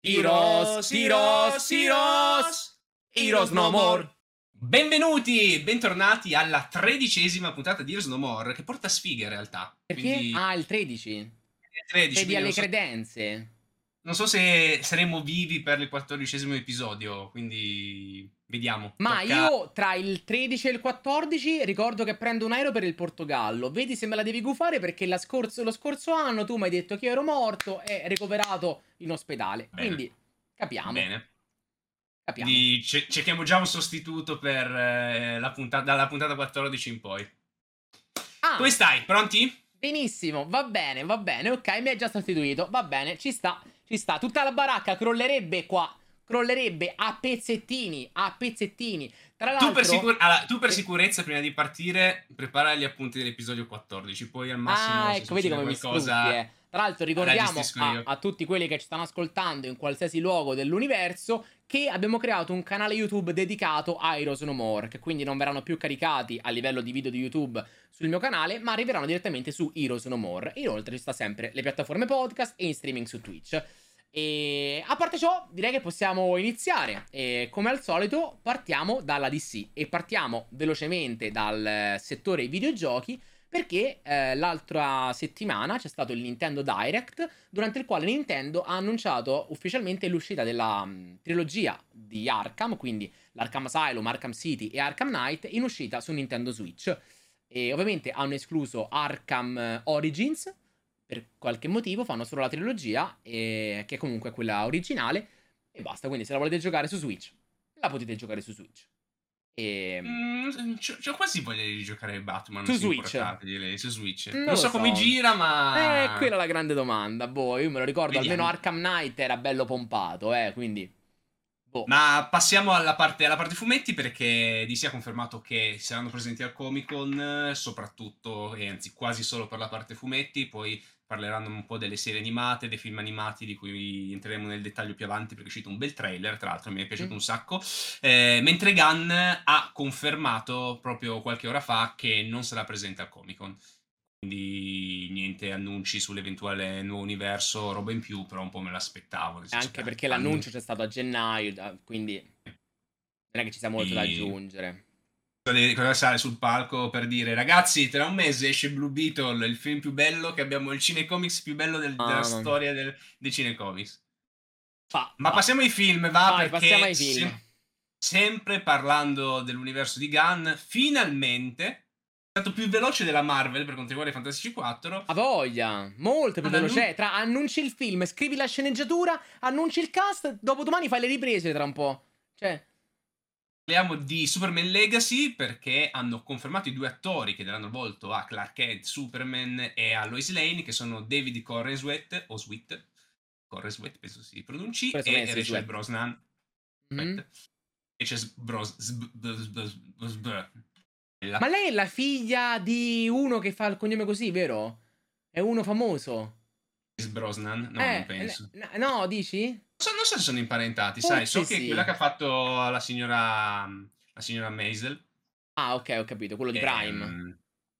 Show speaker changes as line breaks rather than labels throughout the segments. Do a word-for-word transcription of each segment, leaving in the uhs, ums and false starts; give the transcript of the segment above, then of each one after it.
Heroes, Heroes, Heroes, Heroes No More. Benvenuti, bentornati alla tredicesima puntata di Heroes No More, che porta sfighe in realtà.
Perché?
Quindi...
Ah, il tredici.
Il tredici,
Credi alle
non so...
credenze.
Non so se saremo vivi per il quattordicesimo episodio, quindi vediamo.
Ma
Tocca...
io tra il tredici e il quattordici ricordo che prendo un aereo per il Portogallo. Vedi se me la devi gufare perché la scorso, lo scorso anno tu mi hai detto che io ero morto e ricoverato in ospedale.
Bene.
Quindi capiamo.
Bene.
Capiamo.
Quindi ce- cerchiamo già un sostituto per eh, la puntata, dalla puntata quattordici in poi.
Ah,
Come stai? Pronti?
benissimo, va bene, va bene. Ok, mi hai già sostituito. Va bene, ci sta, ci sta. Tutta la baracca crollerebbe qua. Crollerebbe a pezzettini, a pezzettini. Tra l'altro...
Tu per, sicur- allora, tu per
eh,
sicurezza, prima di partire, prepara gli appunti dell'episodio quattordici. Poi al massimo,
Ah,
se
ecco, vedi
succede
come mi sfrutti,
qualcosa,
eh. Tra l'altro
la
ricordiamo
gestisco
a,
io.
a tutti quelli che ci stanno ascoltando in qualsiasi luogo dell'universo che abbiamo creato un canale YouTube dedicato a Heroes No More, che quindi non verranno più caricati a livello di video di YouTube sul mio canale, ma arriveranno direttamente su Heroes No More. Inoltre ci sta sempre le piattaforme podcast e in streaming su Twitch. E a parte ciò, direi che possiamo iniziare. E come al solito, partiamo dalla D C e partiamo velocemente dal eh, settore videogiochi. Perché eh, l'altra settimana c'è stato il Nintendo Direct, durante il quale Nintendo ha annunciato ufficialmente l'uscita della mh, trilogia di Arkham, quindi l'Arkham Asylum, Arkham City e Arkham Knight, in uscita su Nintendo Switch. E ovviamente hanno escluso Arkham Origins, per qualche motivo fanno solo la trilogia, e, che comunque è quella originale, e basta. Quindi se la volete giocare su Switch, la potete giocare su Switch. E...
Mm, c'ho, c'ho quasi voglia di giocare Batman
Su
su
Switch.
portatile, su Switch.
Non
Non
lo
so
so.
come gira,
Eh,
ma...
quella è la grande domanda. Boh, io me lo ricordo, almeno
Vediamo.
Arkham Knight era bello pompato, eh, quindi... Boh.
Ma passiamo alla parte, alla parte fumetti, perché D C ha confermato che saranno presenti al Comic Con, soprattutto, e anzi quasi solo per la parte fumetti. Poi parleranno un po' delle serie animate, dei film animati, di cui entreremo nel dettaglio più avanti, perché è uscito un bel trailer, tra l'altro mi è piaciuto
Mm.
un sacco. Eh, mentre Gunn ha confermato proprio qualche ora fa che non sarà presente al Comic Con. Quindi niente annunci sull'eventuale nuovo universo, roba in più, però un po' me l'aspettavo. Nel senso
Anche
che
perché
hanno-
l'annuncio c'è stato a gennaio, da- quindi non è che ci sia molto da
i-
aggiungere.
cosa sale sul palco per dire: ragazzi, tra un mese esce Blue Beetle, il film più bello che abbiamo, il cinecomics più bello del- della
Ah, no.
storia del- dei cinecomics.
Fa,
Ma
fa.
passiamo ai film, va,
Vai, passiamo
perché
ai film.
sem- sempre parlando dell'universo di Gunn, finalmente è stato più veloce della Marvel per quanto riguarda i Fantastici quattro.
Ha voglia, molto più
Ad
veloce.
annun-
Cioè, tra annunci il film, scrivi la sceneggiatura, annunci il cast, dopodomani fai le riprese tra un po'. Cioè...
Parliamo di Superman Legacy, perché hanno confermato i due attori che daranno il volto a Clark Kent, Superman, e a Lois Lane, che sono David Corenswet, o Sweet, Corenswet penso si pronunci,
Questo
e
pensi,
Rachel
Sweat.
Brosnan.
Mhm.
Rachel Bros... sb- sb- sb- sb-
Ma lei è la figlia di uno che fa il cognome così, vero? È uno famoso.
Brosnan? No, non
Eh,
penso.
n- no, dici?
Non so, non so se sono imparentati, sai,
Forse
so che è quella
sì.
che ha fatto la signora, la signora Maisel.
Ah, ok, ho capito, quello di Prime.
Ehm,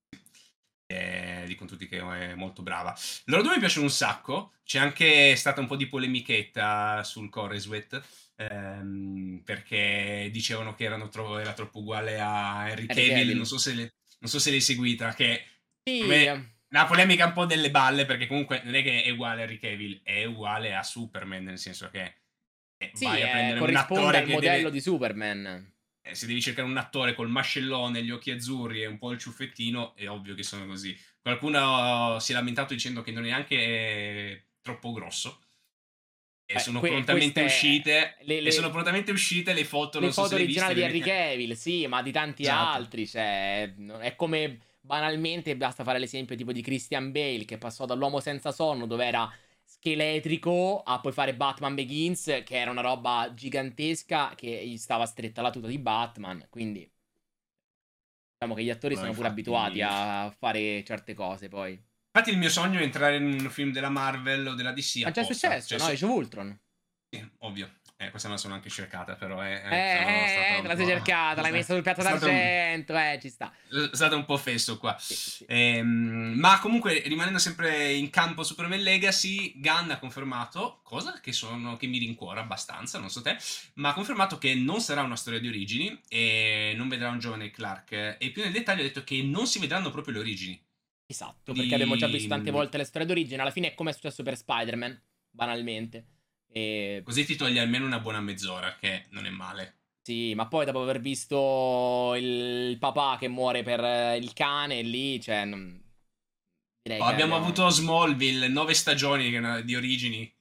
eh, dicono tutti che è molto brava. Loro due mi piacciono un sacco. C'è anche stata un po' di polemichetta sul Corenswet, ehm, perché dicevano che erano tro- era troppo uguale a Henry
Henry
Cavill.
Cavill.
Non so se, le- non so se l'hai seguita, che per
Sì,
me una polemica un po' delle balle, perché comunque non è che è uguale a Henry Cavill, è uguale a Superman, nel senso che eh,
sì,
vai a
eh,
prendere un
corrisponde
attore
al
che
modello
deve...
di Superman.
Eh, se devi cercare un attore col mascellone, gli occhi azzurri e un po' il ciuffettino, è ovvio che sono così. Qualcuno si è lamentato dicendo che non è neanche eh, troppo grosso. E
Eh,
sono
que-
prontamente
queste...
uscite.
Le,
E sono
le-
prontamente uscite le foto,
le
non so se
foto
le hai
originali
viste.
di
Le
Henry
mette...
Cavill, sì, ma di tanti
Esatto.
altri, cioè, non- è come banalmente basta fare l'esempio tipo di Christian Bale che passò dall'uomo senza sonno dove era scheletrico a poi fare Batman Begins che era una roba gigantesca che gli stava stretta la tuta di Batman, quindi diciamo che gli attori
No,
sono pure
infatti...
abituati a fare certe cose poi.
Infatti il mio sogno è entrare in un film della Marvel o della D C
Ma già è
apposta.
successo,
Cioè,
no?
so...
Age of Ultron.
sì, ovvio. Eh, questa me la sono anche cercata, però è,
Eh,
è sono
eh,
stata
eh, te
un
la sei
po'...
cercata, l'hai messa sul piatto
è stato un-
d'argento, eh, ci sta.
è stato un po' fesso qua.
Sì, sì.
Ehm, ma comunque, rimanendo sempre in campo Superman Legacy, Gunn ha confermato, cosa che, sono, che mi rincuora abbastanza, non so te, ma ha confermato che non sarà una storia di origini e non vedrà un giovane Clark. E più nel dettaglio ha detto che non si vedranno proprio le origini.
Esatto, perché abbiamo già visto tante
Quindi,
volte le storie d'origine, alla fine è come è successo per Spider-Man, banalmente. E...
così ti togli almeno una buona mezz'ora, che non è male.
Sì, ma poi dopo aver visto il papà che muore per eh, il cane, lì, cioè, non- direi
Oh,
che
abbiamo
abbiamo...
avuto Smallville, nove stagioni che- di origini.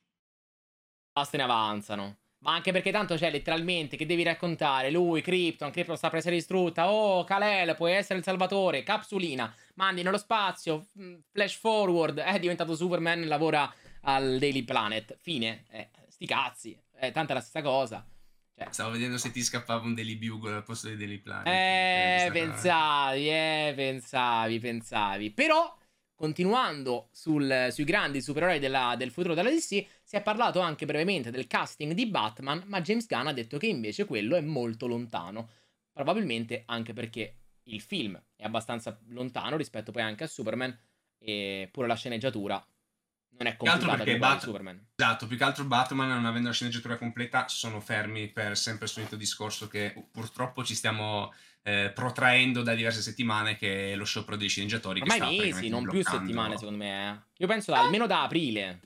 Basta ne avanzano. Ma anche perché tanto c'è letteralmente che devi raccontare. Lui, Krypton, Krypton sta per essere distrutta. Oh, Kal-El, puoi essere il salvatore. Capsulina, mandi nello spazio. mm, Flash forward, è diventato Superman, lavora al Daily Planet. Fine. Eh, sti cazzi. È tanta la stessa cosa. Cioè,
Stavo vedendo se ti scappava un Daily Bugle al posto dei Daily Planet. Eh,
eh,
questa cosa-
pensavi, eh, pensavi, pensavi. Però, continuando sul- sui grandi supereroi della- del futuro della D C, si è parlato anche brevemente del casting di Batman, ma James Gunn ha detto che invece quello è molto lontano. Probabilmente anche perché il film è abbastanza lontano rispetto poi anche a Superman, e pure la sceneggiatura non è
Più che altro
computata
perché
come quella di
Bat-
Superman.
esatto, più che altro Batman, non avendo la sceneggiatura completa, sono fermi per sempre il solito discorso che purtroppo ci stiamo eh, protraendo da diverse settimane, che è lo sciopero dei sceneggiatori che
Ormai
sta
mesi,
praticamente
non più settimane,
bloccando.
secondo me. eh. Io penso da- almeno da aprile.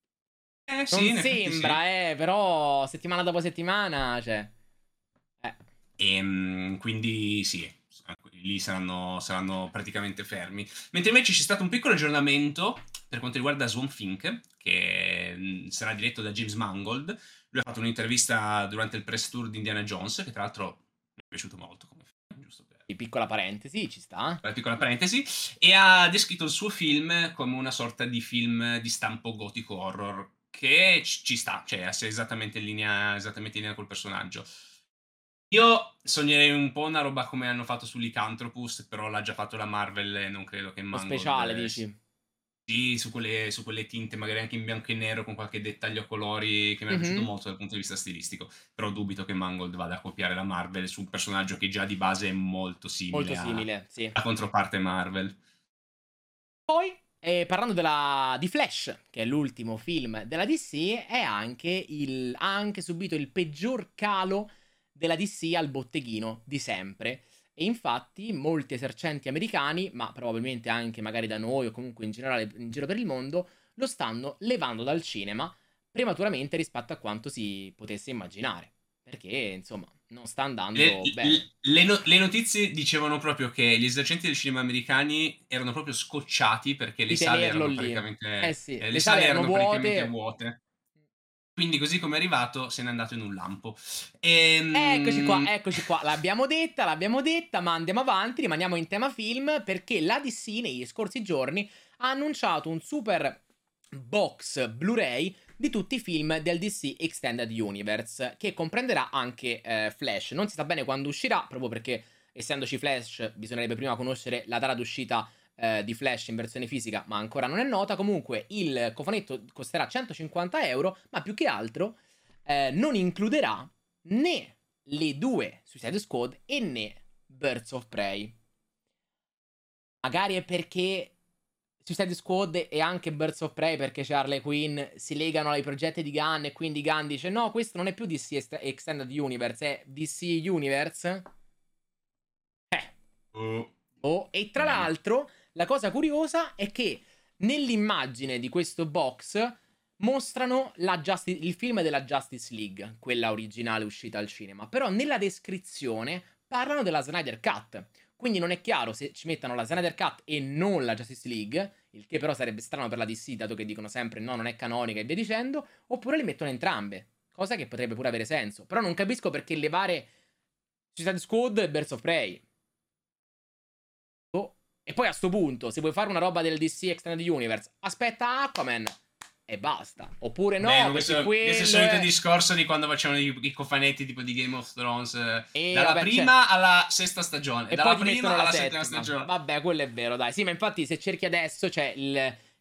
Eh sì,
Non
in effetti sì.
sembra, eh, però settimana dopo settimana, cioè... Eh,
E, mm, quindi sì, lì saranno, saranno praticamente fermi. Mentre invece c'è stato un piccolo aggiornamento per quanto riguarda Swamp Thing, che mm, sarà diretto da James Mangold. Lui ha fatto un'intervista durante il press tour di Indiana Jones, che tra l'altro mi è piaciuto molto come film, giusto per
di piccola parentesi, ci sta.
una piccola parentesi, e ha descritto il suo film come una sorta di film di stampo gotico horror, che ci ci sta, cioè è esattamente in linea, esattamente in linea col personaggio. Io sognerei un po' una roba come hanno fatto su Lycanthropus, però l'ha già fatto la Marvel e non credo che
Lo
Mangold...
speciale,
eh,
dici?
sì, su quelle, su quelle tinte, magari anche in bianco e nero, con qualche dettaglio a colori, che mi è piaciuto
Mhm.
molto dal punto di vista stilistico. Però dubito che Mangold vada a copiare la Marvel su un personaggio che già di base è molto
Molto
simile a-
simile, sì.
alla controparte Marvel.
Poi, eh, parlando della, di Flash, che è l'ultimo film della D C, è anche il, ha anche subito il peggior calo della D C al botteghino di sempre. E infatti molti esercenti americani, ma probabilmente anche magari da noi o comunque in generale in giro per il mondo, lo stanno levando dal cinema prematuramente rispetto a quanto si potesse immaginare. Perché, insomma, non sta
Le,
andando bene.
le- le no- le notizie dicevano proprio che gli esercenti del cinema americani erano proprio scocciati perché le
Di
sale
tenerlo
erano
lì. Eh
praticamente,
sì,
eh, le
le sale
sale
erano
erano praticamente
vuote.
vuote. Quindi così come è arrivato se n'è andato in un lampo.
Eccoci qua,
Ehm,
eccoci qua, l'abbiamo detta, l'abbiamo detta, ma andiamo avanti, rimaniamo in tema film perché la D C negli scorsi giorni ha annunciato un super box Blu-ray di tutti i film del D C Extended Universe, che comprenderà anche eh, Flash. Non si sa bene quando uscirà, proprio perché essendoci Flash bisognerebbe prima conoscere la data d'uscita eh, di Flash in versione fisica, ma ancora non è nota. Comunque il cofanetto costerà centocinquanta euro, ma più che altro eh, non includerà né le due Suicide Squad e né Birds of Prey. Magari è perché Suicide Squad e anche Birds of Prey, perché c'è Harley Quinn, si legano ai progetti di Gunn e quindi Gunn dice no, questo non è più D C Est- Extended Universe, è D C Universe. Eh.
oh,
Oh, e tra
bene.
l'altro, la cosa curiosa è che nell'immagine di questo box mostrano la Justi- il film della Justice League, quella originale uscita al cinema, però nella descrizione parlano della Snyder Cut. Quindi non è chiaro se ci mettano la Snyder Cut e non la Justice League, il che però sarebbe strano per la D C, dato che dicono sempre no, non è canonica e via dicendo, oppure le mettono entrambe, cosa che potrebbe pure avere senso. Però non capisco perché levare Suicide Squad e Birds of Prey. Oh, e poi a sto punto, se vuoi fare una roba del D C Extended Universe, aspetta Aquaman e basta. Oppure
Beh,
no,
no, questo,
perché
questo è il
quello
solito
è...
discorso di quando facevano i, i cofanetti tipo di Game of Thrones, eh,
E
dalla
vabbè, c'è.
prima alla sesta stagione,
E poi
dalla
ti mettono
prima
la
alla settima
settima.
stagione.
Vabbè, quello è vero, dai. Sì, ma infatti se cerchi adesso c'è il...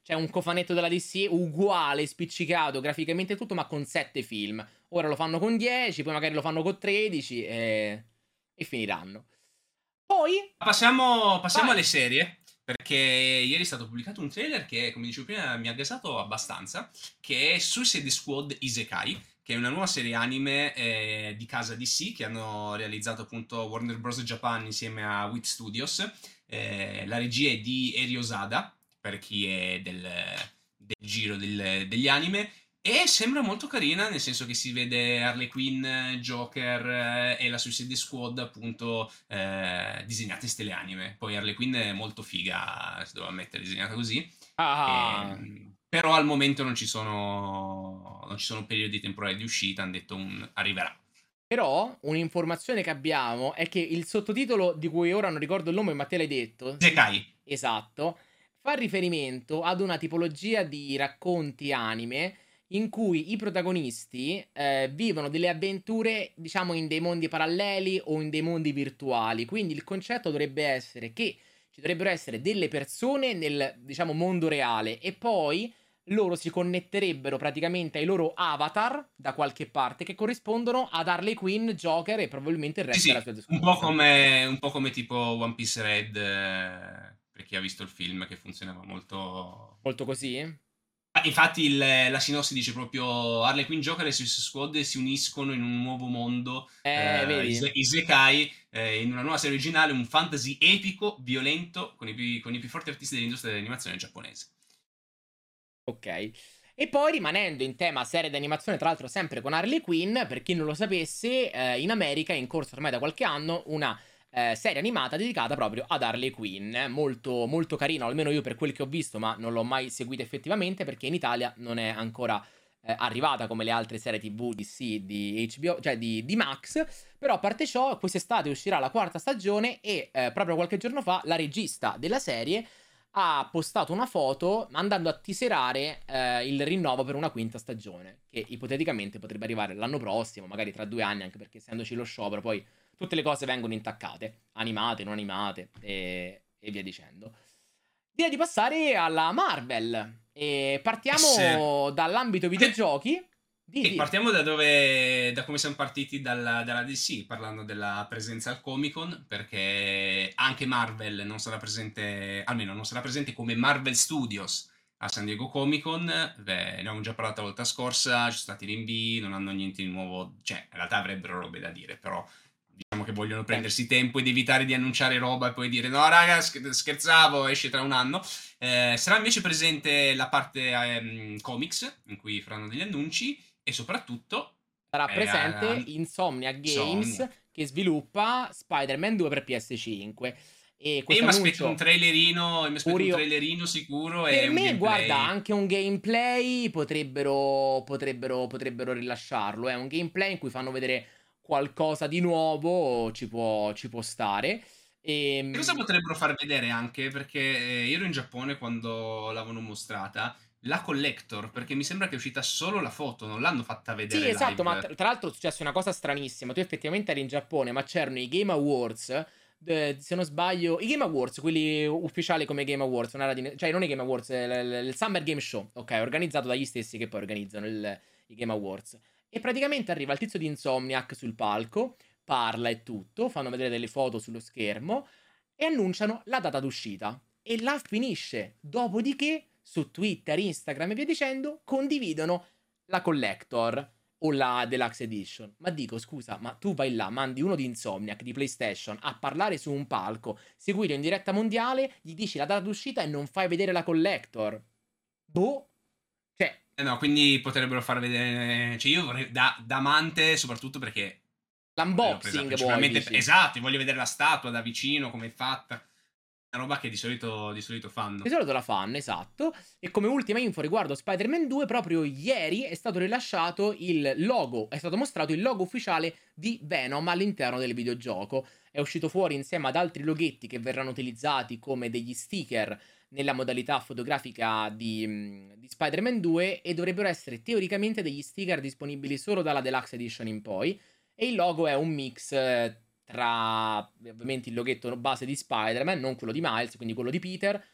c'è un cofanetto della D C uguale, spiccicato, graficamente tutto, ma con sette film. Ora lo fanno con dieci, poi magari lo fanno con tredici e, e finiranno. Poi...
Passiamo, passiamo
Vai.
alle serie, perché ieri è stato pubblicato un trailer che, come dicevo prima, mi ha gasato abbastanza, che è Suicide Squad Isekai, che è una nuova serie anime eh, di casa D C che hanno realizzato appunto Warner Bros. Japan insieme a Wit Studios. Eh, la regia è di Eri Osada, per chi è del, del giro del, degli anime, e sembra molto carina, nel senso che si vede Harley Quinn, Joker eh, e la Suicide Squad appunto eh, disegnate in stile anime. Poi Harley Quinn è molto figa, si doveva mettere disegnata così.
Ah,
E, però al momento non ci sono non ci sono periodi temporali di uscita, hanno detto un arriverà.
però un'informazione che abbiamo è che il sottotitolo, di cui ora non ricordo il nome, ma te l'hai detto, si-
Zekai.
esatto, fa riferimento ad una tipologia di racconti anime in cui i protagonisti eh, vivono delle avventure, diciamo, in dei mondi paralleli o in dei mondi virtuali. Quindi il concetto dovrebbe essere che ci dovrebbero essere delle persone nel, diciamo, mondo reale e poi loro si connetterebbero praticamente ai loro avatar da qualche parte che corrispondono ad Harley Quinn, Joker e probabilmente il
Sì,
resto della
sì,
sua
un po'
squad.
come, un po' come tipo One Piece Red, eh, per chi ha visto il film, che funzionava molto.
Molto così?
Ah, infatti il- la sinossi dice proprio Harley Quinn, Joker e Suicide Squad si uniscono in un nuovo mondo,
Eh,
eh,
vedi?
Ise- Isekai, eh, in una nuova serie originale, un fantasy epico, violento, con i, più- con i più forti artisti dell'industria dell'animazione giapponese.
Ok. E poi rimanendo in tema serie d'animazione, tra l'altro sempre con Harley Quinn, per chi non lo sapesse, eh, in America è in corso ormai da qualche anno una eh, serie animata dedicata proprio ad Harley Quinn, eh, molto, molto carino, almeno io per quel che ho visto, ma non l'ho mai seguita effettivamente perché in Italia non è ancora eh, arrivata come le altre serie T V di sì, di H B O, cioè di, di Max, però a parte ciò quest'estate uscirà la quarta stagione e eh, proprio qualche giorno fa la regista della serie ha postato una foto andando a teaserare eh, il rinnovo per una quinta stagione, che ipoteticamente potrebbe arrivare l'anno prossimo, magari tra due anni, anche perché essendoci lo sciopero poi tutte le cose vengono intaccate, animate, non animate e, e via dicendo. Direi di passare alla Marvel e
Yes.
partiamo dall'ambito videogiochi. Di,
Sì,
di.
partiamo da dove, da come siamo partiti dalla, dalla D C, parlando della presenza al Comic Con, perché anche Marvel non sarà presente, almeno non sarà presente come Marvel Studios a San Diego Comic Con. Beh, ne abbiamo già parlato la volta scorsa, ci sono stati rinvii, non hanno niente di nuovo, cioè in realtà avrebbero robe da dire, però diciamo che vogliono
Eh,
prendersi tempo ed evitare di annunciare roba e poi dire no raga, sch- scherzavo, esce tra un anno. Eh, sarà invece presente la parte ehm, comics, in cui faranno degli annunci e soprattutto
sarà
eh, a-
presente
a-
Insomniac Games
Insomniac.
che sviluppa Spider-Man due per P S cinque. E
E io
questo
mi aspetto un
annuncio
trailerino, mi
pure
aspetto un
io.
trailerino sicuro e
Per
un
me, guarda,
gameplay.
anche un gameplay potrebbero, potrebbero, potrebbero rilasciarlo. È un gameplay in cui fanno vedere qualcosa di nuovo, ci può, ci può stare.
E cosa
E,
potrebbero far vedere anche? Perché eh, io ero in Giappone quando l'avevano mostrata, la Collector, perché mi sembra che è uscita solo la foto, non l'hanno fatta
sì,
vedere
esatto, ma
live.
tra, tra l'altro è successa una cosa stranissima. Tu effettivamente eri in Giappone, ma c'erano i Game Awards. eh, se non sbaglio, i Game Awards, quelli ufficiali come Game Awards, non era di- cioè non i Game Awards, il, il- il Summer Game Show, ok, organizzato dagli stessi che poi organizzano il- i Game Awards. E praticamente arriva il tizio di Insomniac sul palco, parla e tutto, fanno vedere delle foto sullo schermo e annunciano la data d'uscita. E là finisce. Dopodiché, su Twitter, Instagram e via dicendo, condividono la Collector o la Deluxe Edition. Ma dico, scusa, ma tu vai là, mandi uno di Insomniac, di PlayStation, a parlare su un palco, seguito in diretta mondiale, gli dici la data d'uscita e non fai vedere la Collector. Boh. Cioè,
Eh no, quindi potrebbero far vedere. Cioè, io vorrei da, da amante, soprattutto perché l'ho presa
l'unboxing vuoi,
principalmente.
dici?
Esatto, voglio vedere la statua da vicino, come è fatta. Una roba che di solito, di solito
Di
fanno.
solito la fanno, esatto. E come ultima info riguardo Spider-Man due, proprio ieri è stato rilasciato il logo, è stato mostrato il logo ufficiale di Venom all'interno del videogioco. È uscito fuori insieme ad altri loghetti che verranno utilizzati come degli sticker nella modalità fotografica di, mh, di Spider-Man due e dovrebbero essere teoricamente degli sticker disponibili solo dalla Deluxe Edition in poi. E il logo è un mix eh, tra ovviamente il loghetto base di Spider-Man, non quello di Miles, quindi quello di Peter,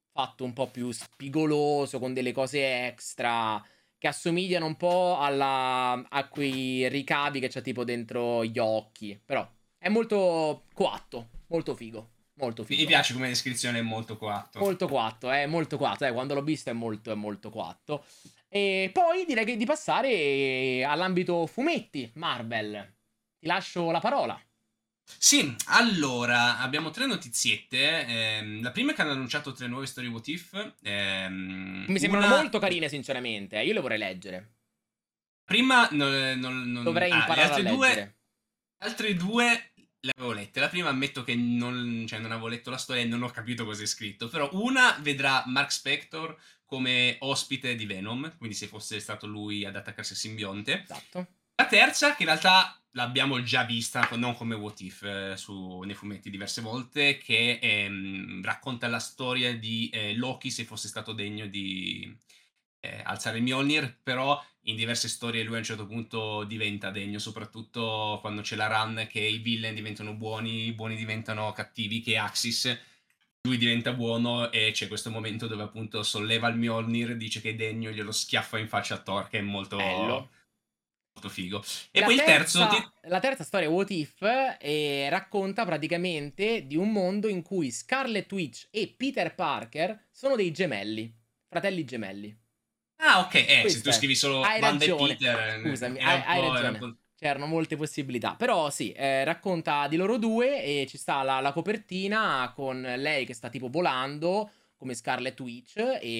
fatto un po' più spigoloso, con delle cose extra che assomigliano un po' alla, a quei ricavi che c'ha tipo dentro gli occhi. Però è molto coatto, molto figo, molto
Mi
figo.
piace come descrizione, è molto coatto.
Molto coatto, è molto coatto. Eh, quando l'ho visto è molto, è molto coatto. E poi direi che di passare all'ambito fumetti, Marvel. Ti lascio la parola.
Sì, allora, abbiamo tre notiziette. ehm, la prima è che hanno annunciato tre nuove storie What If. ehm,
Mi sembrano
una...
molto carine, sinceramente. eh, Io le vorrei leggere.
Prima, non, non- non-
Dovrei
ah, le
imparare a
altre due,
leggere.
altre due le avevo lette. La prima ammetto che non, cioè, non avevo letto la storia e non ho capito cosa è scritto. Però una vedrà Mark Spector come ospite di Venom, quindi se fosse stato lui ad attaccarsi al simbionte.
Esatto.
La terza, che in realtà l'abbiamo già vista, non come What If, eh, su, nei fumetti diverse volte, che ehm, racconta la storia di eh, Loki se fosse stato degno di eh, alzare Mjolnir, però in diverse storie lui a un certo punto diventa degno, soprattutto quando c'è la run che i villain diventano buoni, i buoni diventano cattivi, che Axis lui diventa buono e c'è questo momento dove appunto solleva il Mjolnir, dice che è degno, glielo schiaffa in faccia a Thor, che è molto,
Bello.
molto figo.
E
E
la
poi il terzo, ti-
terza, la terza storia, What If, eh, racconta praticamente di un mondo in cui Scarlet Witch e Peter Parker sono dei gemelli. Fratelli gemelli.
ah ok, eh, se tu
Questo è.
scrivi solo
Hai
Wanda e
ragione.
Peter, eh,
Scusami,
era
hai,
un
hai
po', era un
ragione.
po'...
C'erano molte possibilità. Però sì, eh, racconta di loro due e ci sta la, la copertina con lei che sta tipo volando come Scarlet Witch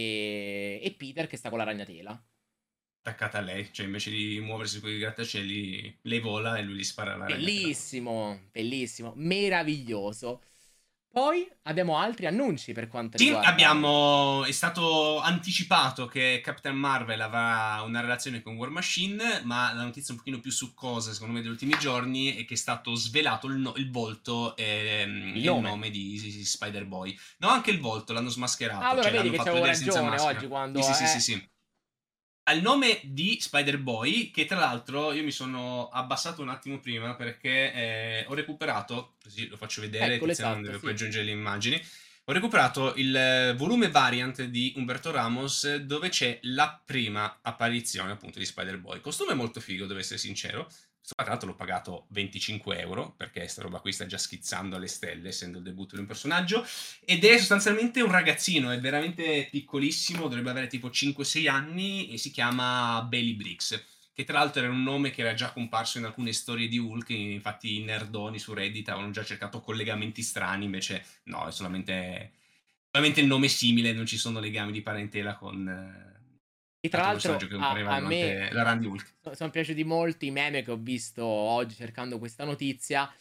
e, e Peter che sta con la ragnatela.
attaccata a lei, cioè invece di muoversi con i grattacieli, lei vola e lui gli spara la ragnatela.
Bellissimo, bellissimo, meraviglioso. Poi abbiamo altri annunci per quanto
Sì,
riguarda...
abbiamo... è stato anticipato che Captain Marvel avrà una relazione con War Machine, ma la notizia un pochino più succosa, secondo me, degli ultimi giorni è che è stato svelato il, no- il volto ehm,
Il
e il
nome.
nome di Spider-Boy. No, anche il volto l'hanno
Ah,
smascherato,
allora
cioè
vedi
l'hanno
che
fatto
c'avevo
vedere senza
ragione oggi
maschera. Sì,
quando...
sì, sì, sì,
Eh,
sì. Al nome di Spider-Boy, che tra l'altro io mi sono abbassato un attimo prima perché eh, ho recuperato, così lo faccio vedere,
eccolo,
Tiziano non
esatto,
deve poi
sì.
aggiungere le immagini, ho recuperato il eh, volume variant di Umberto Ramos dove c'è la prima apparizione appunto di Spider-Boy. Costume molto figo, devo essere sincero. Tra l'altro l'ho pagato venticinque euro perché sta roba qui sta già schizzando alle stelle, essendo il debutto di un personaggio. Ed è sostanzialmente un ragazzino, è veramente piccolissimo, dovrebbe avere tipo cinque sei anni e si chiama Bailey Briggs, che tra l'altro era un nome che era già comparso in alcune storie di Hulk, infatti i nerdoni su Reddit avevano già cercato collegamenti strani, invece no, è solamente, solamente il nome simile, non ci sono legami di parentela con eh,
E tra
l'altro personaggio
l'altro
che
a,
compareva
a me
durante la run di Hulk.
so- sono piaciuti molto i meme che ho visto oggi cercando questa notizia.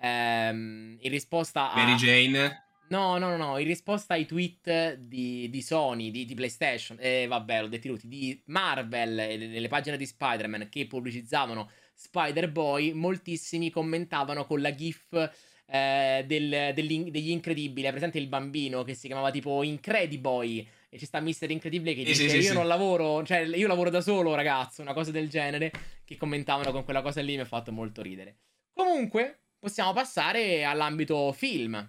Ehm, in risposta
Mary
a...
Jane,
No, no, no, no, in risposta ai tweet di, di Sony, di, di PlayStation, e vabbè, l'ho detti tutti, di Marvel e nelle pagine di Spider-Man che pubblicizzavano Spider-Boy, moltissimi commentavano con la gif eh, del- dell'in- degli Incredibili. È presente il bambino che si chiamava tipo Incrediboy e ci sta mister Incredibile che
sì sì
dice
sì
io
sì.
non lavoro, cioè io lavoro da solo ragazzo, una cosa del genere, che commentavano con quella cosa lì mi ha fatto molto ridere. Comunque, possiamo passare all'ambito film.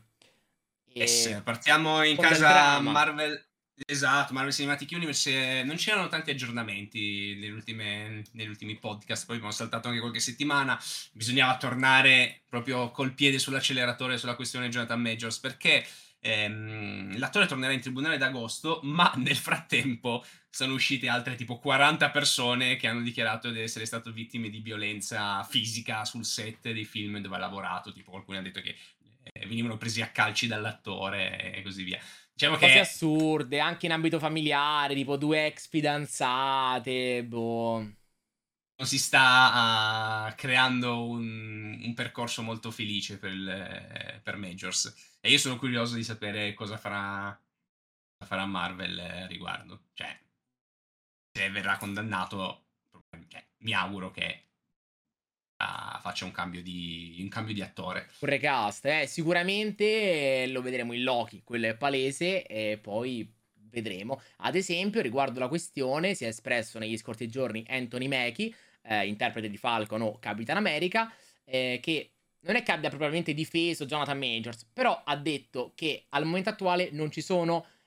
Yes,
E
partiamo in
con del
casa
drama.
Marvel, esatto, Marvel Cinematic Universe. Non c'erano tanti aggiornamenti nelle ultime- negli ultimi podcast, poi abbiamo saltato anche qualche settimana. Bisognava tornare proprio col piede sull'acceleratore sulla questione Jonathan Majors, perché ehm, l'attore tornerà in tribunale ad agosto, ma nel frattempo sono uscite altre tipo quaranta persone che hanno dichiarato di essere state vittime di violenza fisica sul set dei film dove ha lavorato. Tipo qualcuno ha detto che eh, venivano presi a calci dall'attore e così via. Diciamo
Cose
che
assurde, anche in ambito familiare, tipo due ex fidanzate, boh.
non si sta uh, creando un, un, percorso molto felice per, il, per Majors. E io sono curioso di sapere cosa farà, cosa farà Marvel eh, riguardo. Cioè, se verrà condannato, cioè, mi auguro che uh, faccia un cambio, di, un cambio di attore.
Un recast, eh, sicuramente eh, lo vedremo in Loki, quello è palese, e poi vedremo. Ad esempio, riguardo la questione, si è espresso negli scorsi giorni Anthony Mackie, eh, interprete di Falcon o Capitan America, eh, che non è che abbia propriamente difeso Jonathan Majors, però ha detto che al momento attuale non ci sono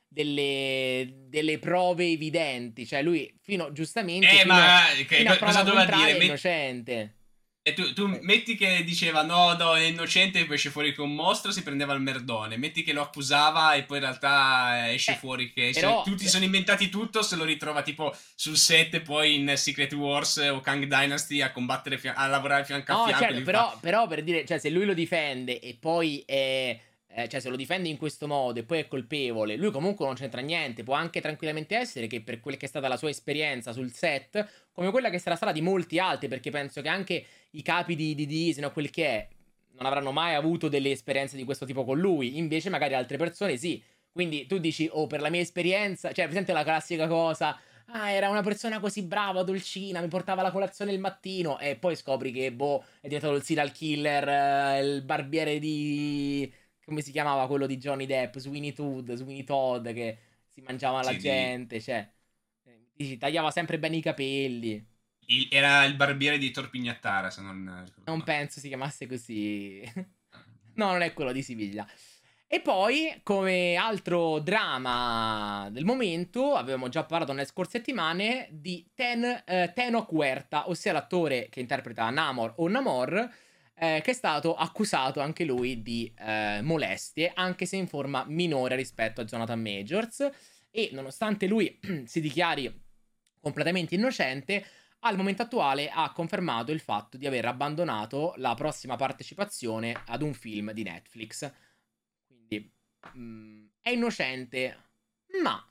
delle, delle prove evidenti. Cioè, lui, fino giustamente,
Eh,
fino,
ma che,
fino a
cosa
prova
doveva
contraria,
dire?
è
Met-
innocente.
e tu, tu
Eh,
metti che diceva no, no, è innocente e poi esce fuori che è un mostro, si prendeva il merdone. Metti che lo accusava e poi in realtà eh, esce
eh,
fuori che se,
però,
tutti sono inventati tutto, se lo ritrova tipo sul set e poi in Secret Wars o Kang Dynasty a combattere, fia- a lavorare fianco a
no,
fianco e
certo,
gli fa...
però, però per dire, cioè, se lui lo difende e poi è, eh, cioè, se lo difende in questo modo e poi è colpevole, lui comunque non c'entra niente. Può anche tranquillamente essere che per quella che è stata la sua esperienza sul set, come quella che sarà stata di molti altri, perché penso che anche i capi di, di Disney o quel che è non avranno mai avuto delle esperienze di questo tipo con lui. Invece, magari altre persone sì. Quindi tu dici, oh, per la mia esperienza, cioè, presente la classica cosa. Ah, era una persona così brava, dolcina, mi portava la colazione il mattino. E poi scopri che, boh, è diventato il serial killer, eh, il barbiere di... Come si chiamava quello di Johnny Depp? Sweeney Todd, Sweeney Todd, che si mangiava la
Sì, di-
gente, cioè... eh, Dici, tagliava sempre bene i capelli.
il- era il barbiere di Torpignattara, se non ricordo
Non
male.
penso si chiamasse così. No, non è quello di Siviglia. E poi, come altro drama del momento, avevamo già parlato nelle scorse settimane di Ten, eh, Tenoch Huerta, ossia l'attore che interpreta Namor o Namor, eh, che è stato accusato anche lui di eh, molestie, anche se in forma minore rispetto a Jonathan Majors. E nonostante lui si dichiari completamente innocente, al momento attuale ha confermato il fatto di aver abbandonato la prossima partecipazione ad un film di Netflix. Quindi mm, è innocente, ma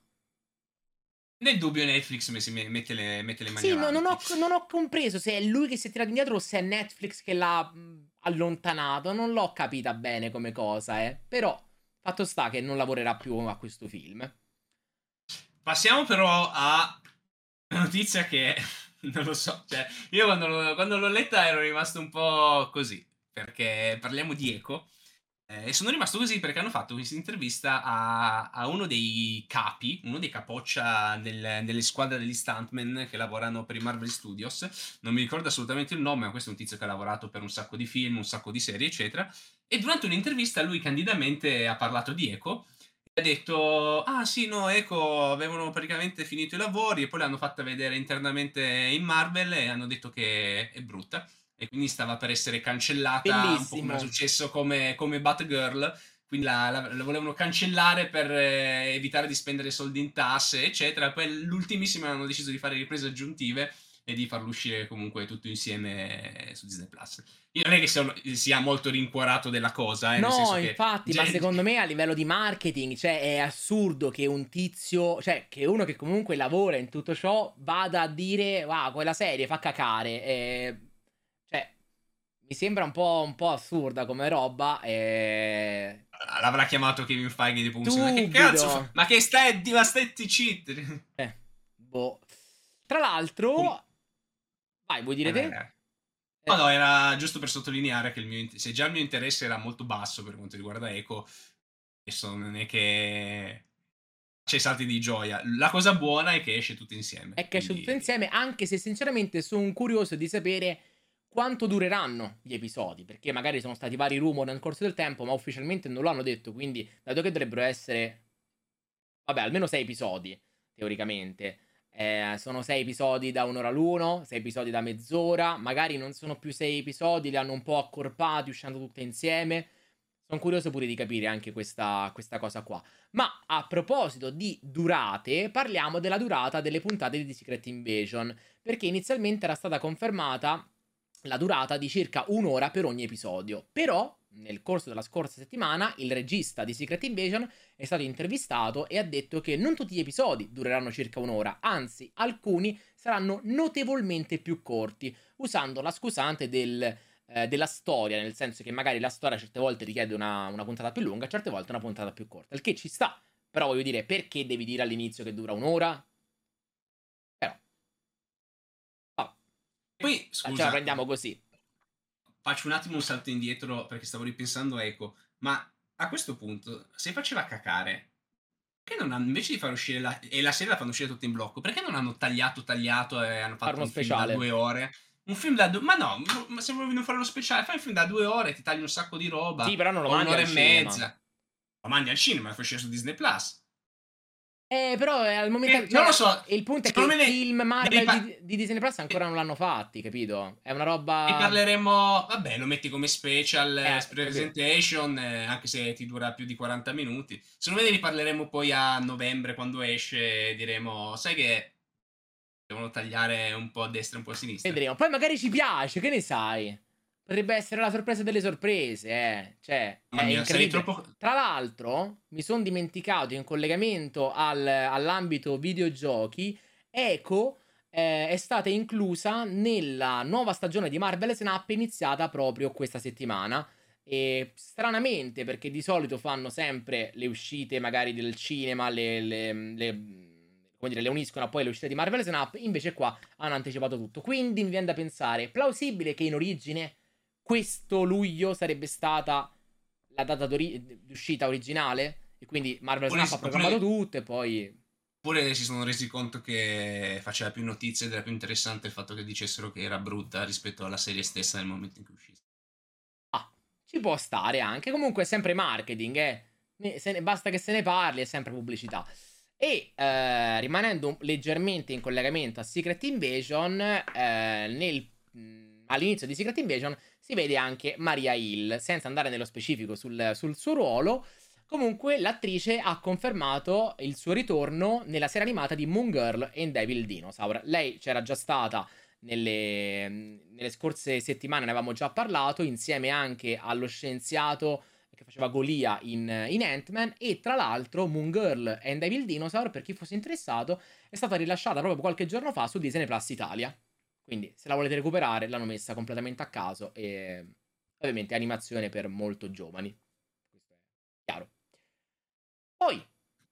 Nel dubbio Netflix me- si me- mette le, mette le mani
sì, no- non
avanti.
ho, non ho compreso se è lui che si è tirato indietro o se è Netflix che l'ha mh, allontanato. Non l'ho capita bene come cosa, eh. Però fatto sta che non lavorerà più a questo film.
Passiamo però a una notizia che non lo so, cioè io quando, l'ho- quando l'ho letta ero rimasto un po' così, perché parliamo di Eco. Eh, e sono rimasto così perché hanno fatto questa intervista a, a uno dei capi, uno dei capoccia del- delle squadre degli stuntman che lavorano per i Marvel Studios. Non mi ricordo assolutamente il nome, ma questo è un tizio che ha lavorato per un sacco di film, un sacco di serie, eccetera. E durante un'intervista lui candidamente ha parlato di Eco. Ha detto, ah sì, no, Eco avevano praticamente finito i lavori e poi l'hanno fatta vedere internamente in Marvel e hanno detto che è brutta e quindi stava per essere cancellata, un po' come era
Bellissimo.
successo come, come Batgirl, quindi la, la- la volevano cancellare per eh, evitare di spendere soldi in tasse, eccetera. Poi l'ultimissimo hanno deciso di fare riprese aggiuntive e di farlo uscire comunque tutto insieme su Disney Plus. Io non è che sono- sia molto rincuorato della cosa, eh, nel
No,
senso che...
infatti, ma secondo me a livello di marketing, cioè, è assurdo che un tizio, cioè, che uno che comunque lavora in tutto ciò vada a dire, wow, quella serie fa cacare. E... Cioè, mi sembra un po', un po' assurda come roba. E...
L'avrà chiamato Kevin Feige tipo un ma che
Stupido.
cazzo fa? Ma che stai di ma stai cheat?
Eh, boh. Tra l'altro, vai, vuoi dire
Eh,
te?
beh. No,
Eh,
no, era giusto per sottolineare che il mio, int- se già il mio interesse era molto basso per quanto riguarda Eco, adesso non è che c'è salti di gioia. La cosa buona è che esce tutto insieme.
è che esce tutto
Quindi
insieme, anche se sinceramente sono curioso di sapere quanto dureranno gli episodi, perché magari sono stati vari rumor nel corso del tempo, ma ufficialmente non lo hanno detto, quindi dato che dovrebbero essere, vabbè, almeno sei episodi, teoricamente. Eh, sono sei episodi da un'ora l'uno, sei episodi da mezz'ora, magari non sono più sei episodi, li hanno un po' accorpati uscendo tutte insieme. Sono curioso pure di capire anche questa, questa cosa qua. Ma a proposito di durate, parliamo della durata delle puntate di Secret Invasion, perché inizialmente era stata confermata la durata di circa un'ora per ogni episodio. Però, nel corso della scorsa settimana, il regista di Secret Invasion è stato intervistato e ha detto che non tutti gli episodi dureranno circa un'ora, anzi, alcuni saranno notevolmente più corti, usando la scusante del eh, della storia, nel senso che magari la storia certe volte richiede una, una puntata più lunga, certe volte una puntata più corta, il che ci sta. Però voglio dire, perché devi dire all'inizio che dura un'ora? Però, vabbè,
poi
ce la
scusa,
prendiamo così.
faccio un attimo un salto indietro perché stavo ripensando a Eco, ma a questo punto, se faceva cacare, perché non hanno, invece di far uscire la, e la serie la fanno uscire tutta in blocco, perché non hanno tagliato, tagliato e hanno
Fare
fatto
uno
un film da
speciale.
due ore? Un film da due, ma no, ma se vogliono fare lo speciale, fai un film da due ore, ti tagli un sacco di
Sì,
roba,
però non lo
o
mandi
un'ora
al
e
cinema.
mezza, lo mandi al cinema, lo fai uscire su Disney Plus.
Eh, però eh, al momento,
Eh,
cioè,
non lo so,
il punto è che
secondo
i
me ne,
film
ne
Marvel
ripa-
di, di Disney Plus ancora non l'hanno fatti, capito? È una roba...
riparleremo, vabbè, lo metti come special eh,
Eh, capito?
presentation, eh, anche se ti dura più di quaranta minuti. Secondo me ne riparleremo poi a novembre quando esce e diremo, sai che devono tagliare un po' a destra e un po' a sinistra.
Vedremo. Poi magari ci piace, che ne sai? Potrebbe essere la sorpresa delle sorprese, eh. Cioè, è
Mamma mia, sarei
incredibile.
troppo...
Tra l'altro, mi sono dimenticato in collegamento al- all'ambito videogiochi, Echo eh, è stata inclusa nella nuova stagione di Marvel Snap iniziata proprio questa settimana. E stranamente, perché di solito fanno sempre le uscite magari del cinema, le, le, le- come dire, le uniscono a poi le uscite di Marvel Snap, invece qua hanno anticipato tutto. Quindi mi viene da pensare, plausibile che in origine questo luglio sarebbe stata la data d'ori- di uscita originale? E quindi Marvel
Oppure,
Snap ha programmato
oppure-
tutto e poi...
oppure si sono resi conto che faceva più notizie ed era più interessante il fatto che dicessero che era brutta rispetto alla serie stessa nel momento in cui uscì.
Ah, ci può stare anche. Comunque è sempre marketing, eh. Ne- se ne- basta che se ne parli, è sempre pubblicità. E eh, rimanendo un- leggermente in collegamento a Secret Invasion, eh, nel- mh, all'inizio di Secret Invasion si vede anche Maria Hill, senza andare nello specifico sul, sul suo ruolo. Comunque l'attrice ha confermato il suo ritorno nella serie animata di Moon Girl and Devil Dinosaur. Lei c'era già stata nelle, nelle scorse settimane, ne avevamo già parlato, insieme anche allo scienziato che faceva Golia in, in Ant-Man. E tra l'altro Moon Girl and Devil Dinosaur, per chi fosse interessato, è stata rilasciata proprio qualche giorno fa su Disney Plus Italia. Quindi se la volete recuperare l'hanno messa completamente a caso e ovviamente animazione per molto giovani. Questo è chiaro. Poi,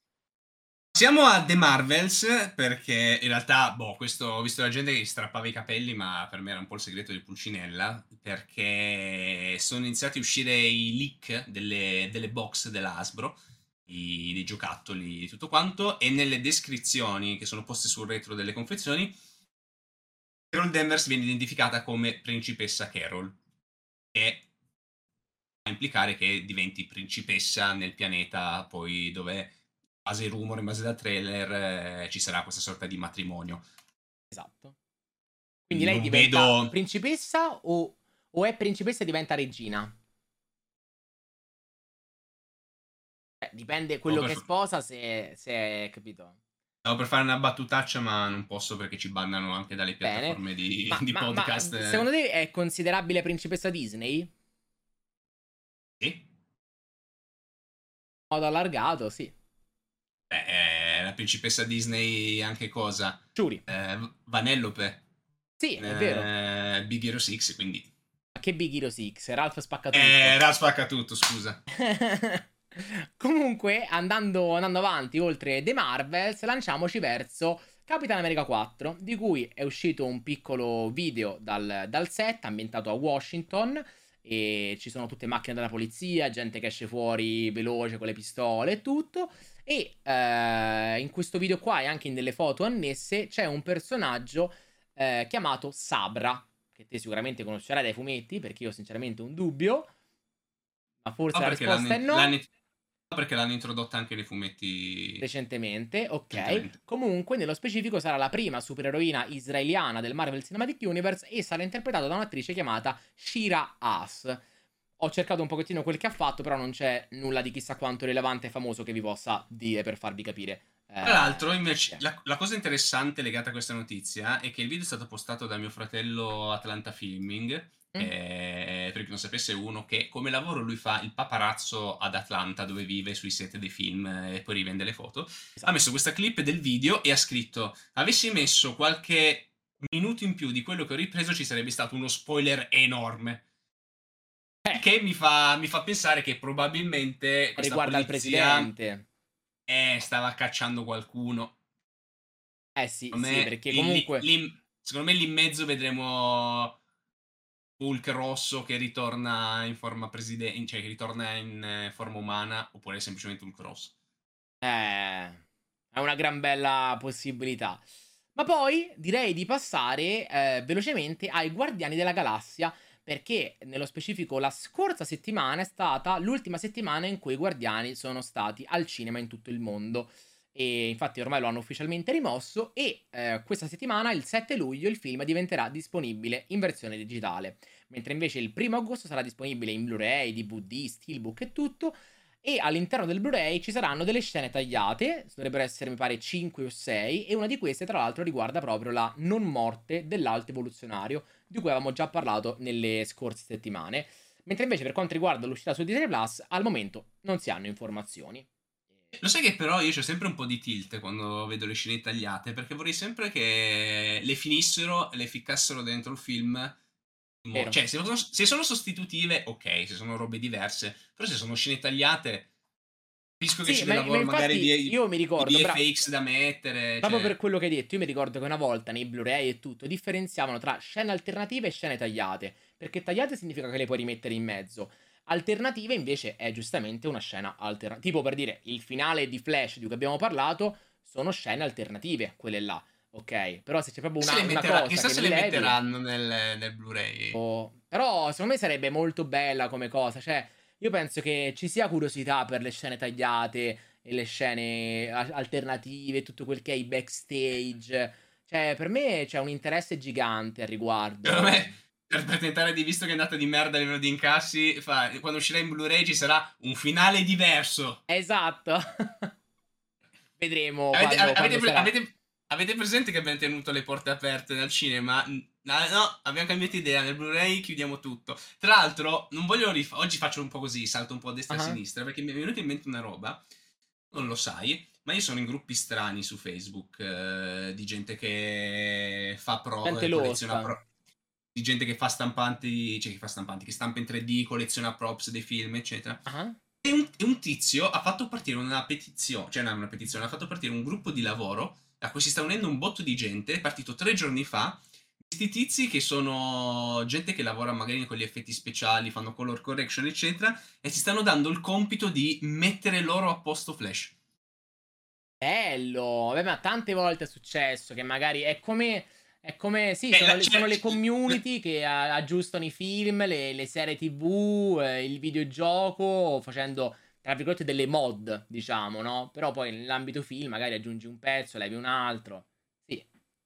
Siamo a The Marvels perché in realtà, boh, questo ho visto la gente che gli strappava i capelli, ma per me era un po' il segreto di Pulcinella, perché sono iniziati a uscire i leak delle, delle box della Hasbro, i- dei giocattoli, di tutto quanto, e nelle descrizioni che sono poste sul retro delle confezioni, Carol Danvers viene identificata come principessa Carol, che a implicare che diventi principessa nel pianeta poi dove, in base ai rumor, in base al trailer, eh, ci sarà questa sorta di matrimonio.
esatto. Quindi
Quindi
lei
non
diventa
vedo...
principessa o, o è principessa e diventa regina? Eh, dipende
Stavo
quello
per,
che
fa-
sposa, se, se è capito.
stavo per fare una battutaccia, ma non posso perché ci bannano anche dalle
Bene.
piattaforme di,
Ma,
di
ma, ma
podcast. eh.
secondo te è considerabile principessa Disney? In
Sì.
modo allargato, sì.
Beh, è la principessa Disney anche cosa?
Giuri.
Eh, Vanellope.
Sì, è vero.
Eh, Big Hero sei, quindi...
Ma che Big Hero sei? Ralph spacca
Eh,
tutto.
Ralph spacca tutto, scusa.
Comunque, andando, andando avanti, oltre The Marvels, lanciamoci verso Capitan America quattro, di cui è uscito un piccolo video dal, dal set ambientato a Washington. E ci sono tutte macchine della polizia, gente che esce fuori veloce con le pistole e tutto. E eh, in questo video qua e anche in delle foto annesse c'è un personaggio eh, chiamato Sabra, che te sicuramente conoscerai dai fumetti, perché io ho sinceramente un dubbio, ma forse
No,
la
perché l'hanno,
risposta è
l'hanno-
no.
no, perché l'hanno introdotta anche nei fumetti
Recentemente, ok.
recentemente.
Comunque, nello specifico, sarà la prima supereroina israeliana del Marvel Cinematic Universe e sarà interpretata da un'attrice chiamata Shira Haas. Ho cercato un pochettino quel che ha fatto, però non c'è nulla di chissà quanto rilevante e famoso che vi possa dire per farvi capire.
Tra l'altro,
Eh,
invece,
yeah.
la, la cosa interessante legata a questa notizia è che il video è stato postato da mio fratello Atlanta Filming.
Mm?
eh, per chi non sapesse, uno che come lavoro lui fa il paparazzo ad Atlanta, dove vive sui set dei film eh, e poi rivende le foto. Ha
Esatto.
messo questa clip del video e ha scritto: avessi messo qualche minuto in più di quello che ho ripreso, ci sarebbe stato uno spoiler enorme.
Eh,
Che mi fa, mi fa pensare che probabilmente questa
riguarda il
polizia
presidente.
eh, stava cacciando qualcuno.
Eh sì,
Secondo
sì,
me,
perché
lì, lì-
comunque...
lì- secondo me lì in mezzo vedremo Hulk rosso che ritorna in forma presidente, cioè che ritorna in eh, forma umana, oppure semplicemente Hulk rosso.
Eh, è una gran bella possibilità. Ma poi direi di passare eh, velocemente ai Guardiani della Galassia, perché nello specifico la scorsa settimana è stata l'ultima settimana in cui i Guardiani sono stati al cinema in tutto il mondo. e infatti ormai lo hanno ufficialmente rimosso e eh, questa settimana, il sette luglio, il film diventerà disponibile in versione digitale, mentre invece il primo agosto sarà disponibile in Blu-ray, D V D, Steelbook e tutto. E all'interno del Blu-ray ci saranno delle scene tagliate, dovrebbero essere mi pare cinque o sei, e una di queste tra l'altro riguarda proprio la non morte dell'alto evoluzionario, di cui avevamo già parlato nelle scorse settimane. Mentre invece per quanto riguarda l'uscita su Disney Plus, al momento non si hanno informazioni.
Lo sai che però io c'ho sempre un po' di tilt quando vedo le scene tagliate, perché vorrei sempre che le finissero e le ficcassero dentro il film.
Vero.
Cioè, se sono, se sono sostitutive, ok, se sono robe diverse, però se sono scene tagliate, capisco che
Sì,
c'è
ma,
del
ma
lavoro magari
infatti
di,
io mi
di
ricordo, bra-
V F X da mettere,
proprio per
cioè...
quello che hai detto, io mi ricordo che una volta nei Blu-ray e tutto differenziavano tra scene alternative e scene tagliate, perché tagliate significa che le puoi rimettere in mezzo. Alternative invece è giustamente una scena alternativa. Tipo per dire, il finale di Flash di cui abbiamo parlato sono scene alternative, quelle là, ok? Però se c'è proprio
Se
una,
le
una
metterà,
cosa
chissà
che
se
mi
le
levi...
metteranno nel, nel Blu-ray.
Oh, però secondo me sarebbe molto bella come cosa, cioè io penso che ci sia curiosità per le scene tagliate e le scene a- alternative, tutto quel che è i backstage, cioè per me c'è un interesse gigante al
Secondo
riguardo.
me, per, per tentare di, visto che è andata di merda a livello di incassi, fa, quando uscirà in Blu-ray ci sarà un finale diverso.
Esatto. Vedremo
Avete,
quando,
ave-
quando
avete pre-
sarà.
avete- avete presente che abbiamo tenuto le porte aperte dal cinema? N- No, no, abbiamo cambiato idea. Nel Blu-ray chiudiamo tutto. Tra l'altro, non voglio rif- oggi faccio un po' così, salto un po' a destra e a
Ah,
sinistra, perché mi è venuta in mente una roba. Non lo sai, ma io sono in gruppi strani su Facebook eh, di gente che fa pro,
gente
eh, colleziona
losca.
pro, di gente che fa stampanti, cioè che fa stampanti, che stampa in tre D, colleziona props dei film, eccetera.
Ah,
E un, e un tizio ha fatto partire una petizione, cioè non una petizione, ha fatto partire un gruppo di lavoro a cui si sta unendo un botto di gente, è partito tre giorni fa. Questi tizi che sono gente che lavora magari con gli effetti speciali, fanno color correction, eccetera, e si stanno dando il compito di mettere loro a posto Flash.
bello. Vabbè, ma tante volte è successo che magari è come... È come, sì,
Eh,
sono
la-
le, sono
cioè,
le
la-
community che a- aggiustano i film, le, le serie T V, eh, il videogioco, facendo, tra virgolette, delle mod, diciamo, no? Però poi nell'ambito film magari aggiungi un pezzo, levi un altro. Sì,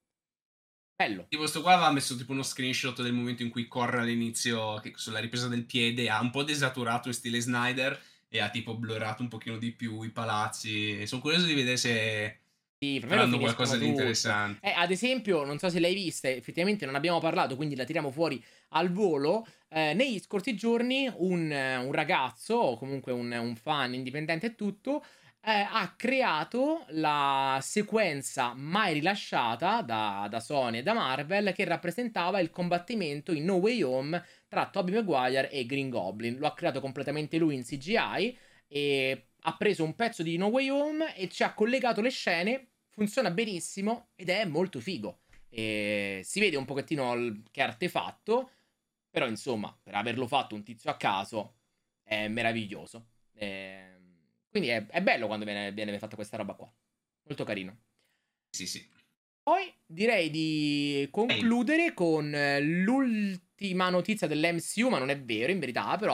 bello.
tipo sto qua aveva messo tipo uno screenshot del momento in cui corre all'inizio, che sulla ripresa del piede ha un po' desaturato in stile Snyder e ha tipo blurrato un pochino di più i palazzi. Sono curioso di vedere se
Sì, per me lo
faranno
finiscono
qualcosa di
tutto.
interessante.
Eh, ad esempio, non so se l'hai vista, effettivamente non abbiamo parlato, quindi la tiriamo fuori al volo. Eh, negli scorsi giorni un, eh, un ragazzo, o comunque un, un fan indipendente e tutto, eh, ha creato la sequenza mai rilasciata da, da Sony e da Marvel che rappresentava il combattimento in No Way Home tra Tobey Maguire e Green Goblin. Lo ha creato completamente lui in C G I e ha preso un pezzo di No Way Home e ci ha collegato le scene. Funziona benissimo ed è molto figo. E si vede un pochettino il- che artefatto, però insomma, per averlo fatto un tizio a caso è meraviglioso. Ehm, quindi è, è bello quando viene, viene fatta questa roba qua. Molto carino.
Sì, sì.
Poi direi di
Ehi,
concludere con eh, l'ultima notizia dell'M C U, ma non è vero in verità, però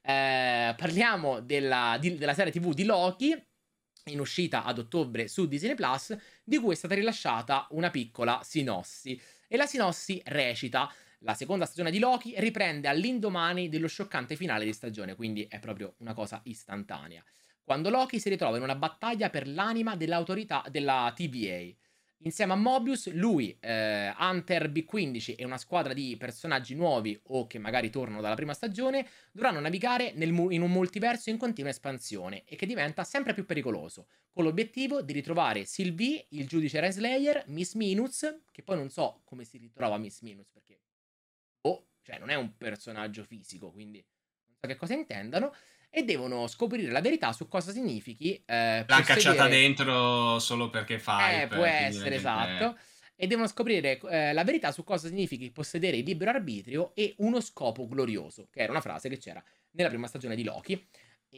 eh, parliamo della, di- della serie T V di Loki, in uscita ad ottobre su Disney Plus, di cui è stata rilasciata una piccola sinossi. E la sinossi recita: la seconda stagione di Loki riprende all'indomani dello scioccante finale di stagione, quindi è proprio una cosa istantanea. Quando Loki si ritrova in una battaglia per l'anima dell'autorità della T V A. Insieme a Mobius, lui, eh, Hunter B quindici e una squadra di personaggi nuovi o che magari tornano dalla prima stagione dovranno navigare nel mu- in un multiverso in continua espansione e che diventa sempre più pericoloso, con l'obiettivo di ritrovare Sylvie, il giudice Renslayer, Miss Minutes, che poi non so come si ritrova Miss Minutes perché, oh, cioè non è un personaggio fisico, quindi non so che cosa intendano, e devono scoprire la verità su cosa significhi eh,
l'hanno cacciata
possedere.
dentro solo perché fa
Eh, può
hype, quindi la
essere,
gente...
esatto. E devono scoprire eh, la verità su cosa significhi possedere il libero arbitrio e uno scopo glorioso, che era una frase che c'era nella prima stagione di Loki.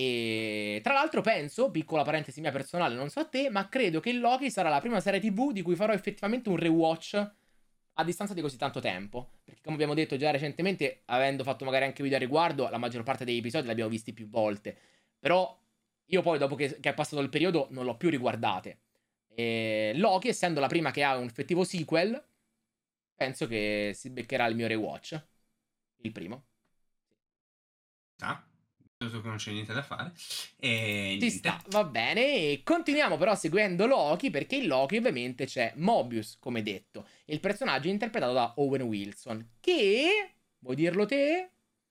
E tra l'altro penso, piccola parentesi mia personale, non so a te, ma credo che Loki sarà la prima serie T V di cui farò effettivamente un rewatch a distanza di così tanto tempo. Perché come abbiamo detto già recentemente, avendo fatto magari anche video a riguardo, la maggior parte degli episodi li abbiamo visti più volte. Però io poi dopo che, che è passato il periodo non l'ho più riguardate. E Loki, essendo la prima che ha un effettivo sequel, penso che si beccherà il mio rewatch. Il primo.
Ah, dato che non c'è niente da fare. E
Ci sta,
niente.
va bene. E continuiamo però seguendo Loki, perché in Loki ovviamente c'è Mobius, come detto. Il personaggio è interpretato da Owen Wilson, che... vuoi dirlo te?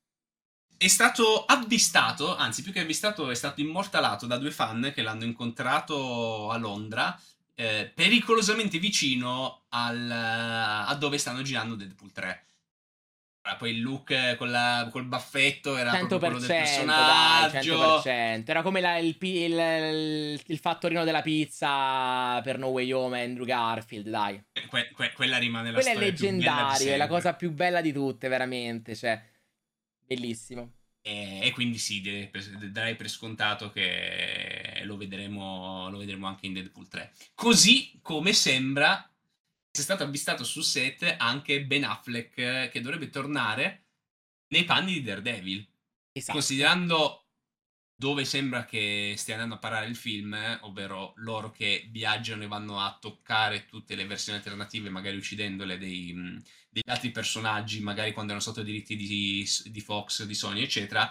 È stato avvistato, anzi più che avvistato, è stato immortalato da due fan che l'hanno incontrato a Londra, eh, pericolosamente vicino al, a dove stanno girando Deadpool tre. Ah, poi il look con la- col baffetto era proprio quello del
cento per cento, dai,
personaggio.
cento per cento. Era come la- il, pi- il- il- il fattorino della pizza per No Way Home e Andrew Garfield, dai.
Que- que- quella rimane la
Quello è
storia più bella di
leggendario, è la
sempre.
cosa più bella di tutte, veramente, cioè, bellissimo.
E, e quindi sì, direi per- darei per scontato che lo vedremo, lo vedremo anche in Deadpool tre. Così come sembra sia stato avvistato sul set anche Ben Affleck, eh, che dovrebbe tornare nei panni di Daredevil.
Esatto.
Considerando dove sembra che stia andando a parare il film, eh, ovvero loro che viaggiano e vanno a toccare tutte le versioni alternative, magari uccidendole dei, mh, degli altri personaggi, magari quando erano sotto i diritti di, di Fox, di Sony, eccetera,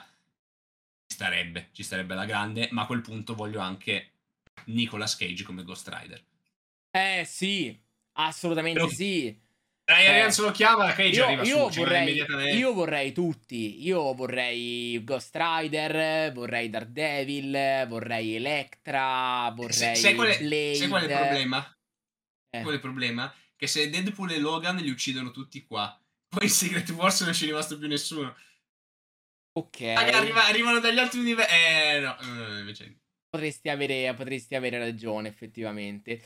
ci starebbe, ci starebbe la grande, ma a quel punto voglio anche Nicolas Cage come Ghost Rider.
Eh sì,
Però
assolutamente sì.
Ryan
Cioè,
Reynolds lo chiama, Cage
io,
arriva su,
io
ci va
vorrei,
immediatamente.
io vorrei tutti. Io vorrei Ghost Rider, vorrei Daredevil, vorrei Electra,
Se- Sai
vorrei
qual è, sai qual è il
Blade.
problema? Sai
Eh,
qual è il problema? Che se Deadpool e Logan li uccidono tutti qua, poi in Secret Wars non c'è rimasto più nessuno.
ok.
Raga, arriva- arrivano dagli altri universi. Eh, no, eh, invece.
Potresti avere, potresti avere ragione, effettivamente.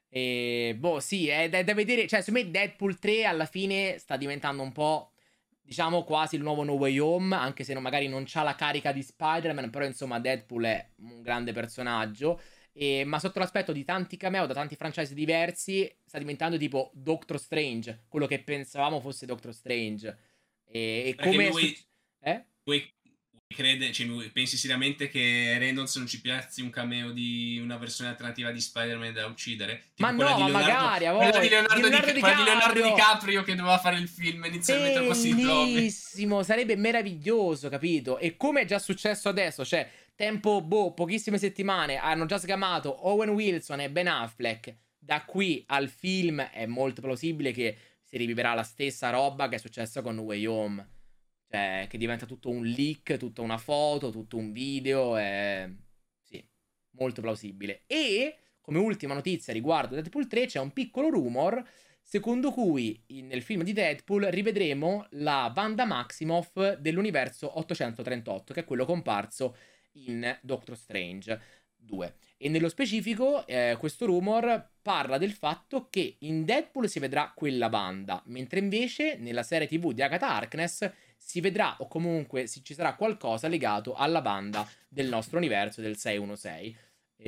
E, boh, sì, è da, da vedere. Cioè, secondo me Deadpool tre alla fine sta diventando un po', diciamo, quasi il nuovo No Way Home, anche se non- magari non c'ha la carica di Spider-Man, però insomma Deadpool è un grande personaggio. E- ma sotto l'aspetto di tanti cameo da tanti franchise diversi, sta diventando tipo Doctor Strange, quello che pensavamo fosse Doctor Strange. E, e
Perché
come è
lui.
successo... Eh?
Vuoi, crede, cioè, lui- pensi seriamente che Reynolds non ci piazzi un cameo di una versione alternativa di Spider-Man da uccidere?
Ma
Tipo quella
no,
di
ma
Leonardo,
magari, a
quella di
voi, di
Leonardo, Di,
Leonardo
quella di Leonardo
DiCaprio.
DiCaprio che doveva fare il film inizialmente al posto di Tommy.
Bellissimo, sarebbe meraviglioso, capito? E come è già successo adesso, cioè, tempo, boh, pochissime settimane, hanno già sgamato Owen Wilson e Ben Affleck. Da qui al film è molto plausibile che si riviverà la stessa roba che è successa con No Way Home. Cioè, che diventa tutto un leak, tutta una foto, tutto un video, è... sì, molto plausibile. E, come ultima notizia riguardo Deadpool tre, c'è un piccolo rumor secondo cui in- nel film di Deadpool rivedremo la Wanda Maximoff dell'universo ottocentotrentotto, che è quello comparso in Doctor Strange due. E nello specifico, eh, questo rumor parla del fatto che in Deadpool si vedrà quella Wanda, mentre invece nella serie T V di Agatha Harkness si vedrà, o comunque si- ci sarà qualcosa legato alla Wanda del nostro universo del sei uno sei.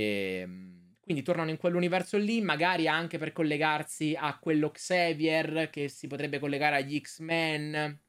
Ehm, quindi tornano in quell'universo lì, magari anche per collegarsi a quello Xavier che si potrebbe collegare agli X-Men.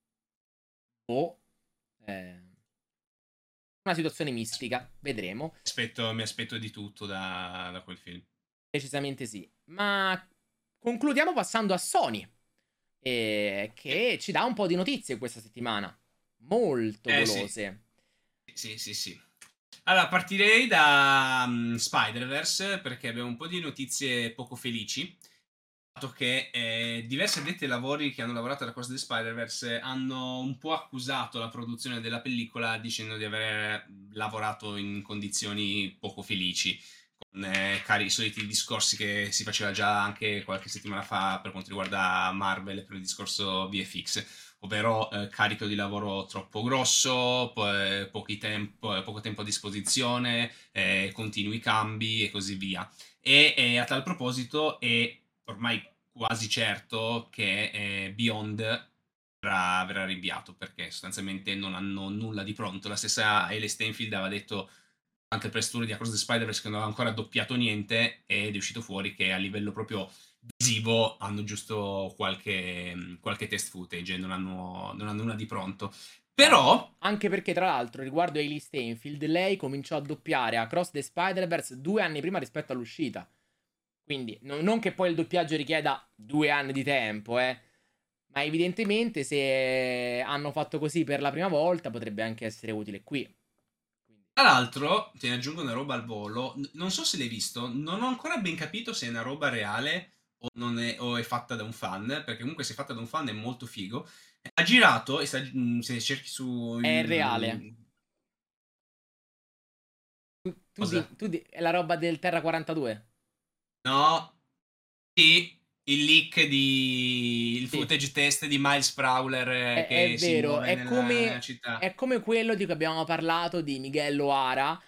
O eh, una situazione mistica, vedremo.
Aspetto- mi aspetto di tutto da, da quel film.
Decisamente sì. Ma concludiamo passando a Sony, eh,
Eh,
che ci dà un po' di notizie questa settimana. Molto
eh, sì,
golose.
sì, sì, sì. Allora, partirei da mm, Spider-Verse perché abbiamo un po' di notizie poco felici. Dato che eh, diversi addetti ai lavori che hanno lavorato alla cosa di Spider-Verse hanno un po' accusato la produzione della pellicola dicendo di aver lavorato in condizioni poco felici, con eh, cari, i soliti discorsi che si faceva già anche qualche settimana fa per quanto riguarda Marvel per il discorso V F X, ovvero eh, carico di lavoro troppo grosso, po- eh, pochi tempo, eh, poco tempo a disposizione, eh, continui cambi e così via. E eh, a tal proposito è ormai quasi certo che eh, Beyond verrà, verrà rinviato perché sostanzialmente non hanno nulla di pronto. La stessa Hailey Steinfeld aveva detto durante il press tour di Across the Spider-Verse che non aveva ancora doppiato niente ed è uscito fuori che a livello proprio visivo hanno giusto qualche, qualche test footage e non hanno, non hanno nulla di pronto.
Esatto.
Però
Anche perché, tra l'altro, riguardo Hailey Steinfeld, lei cominciò a doppiare Across the Spider-Verse due anni prima rispetto all'uscita. Quindi no, non che poi il doppiaggio richieda due anni di tempo, eh. Ma evidentemente se hanno fatto così per la prima volta potrebbe anche essere utile qui. Quindi...
Tra l'altro, te ne aggiungo una roba al volo, n- non so se l'hai visto, non ho ancora ben capito se è una roba reale o, non è, o è fatta da un fan, perché comunque se è fatta da un fan è molto figo. Ha girato, e sta- mh, se cerchi su...
È reale.
il-
Tu, tu,
Cosa?
di, tu di, è la roba del Terra quarantadue?
No, sì, il leak di... il
Sì.
footage test di Miles Prowler eh,
È, è
che si
vero,
muove
è
nella
come,
città.
è come quello di cui abbiamo parlato di Miguel O'Hara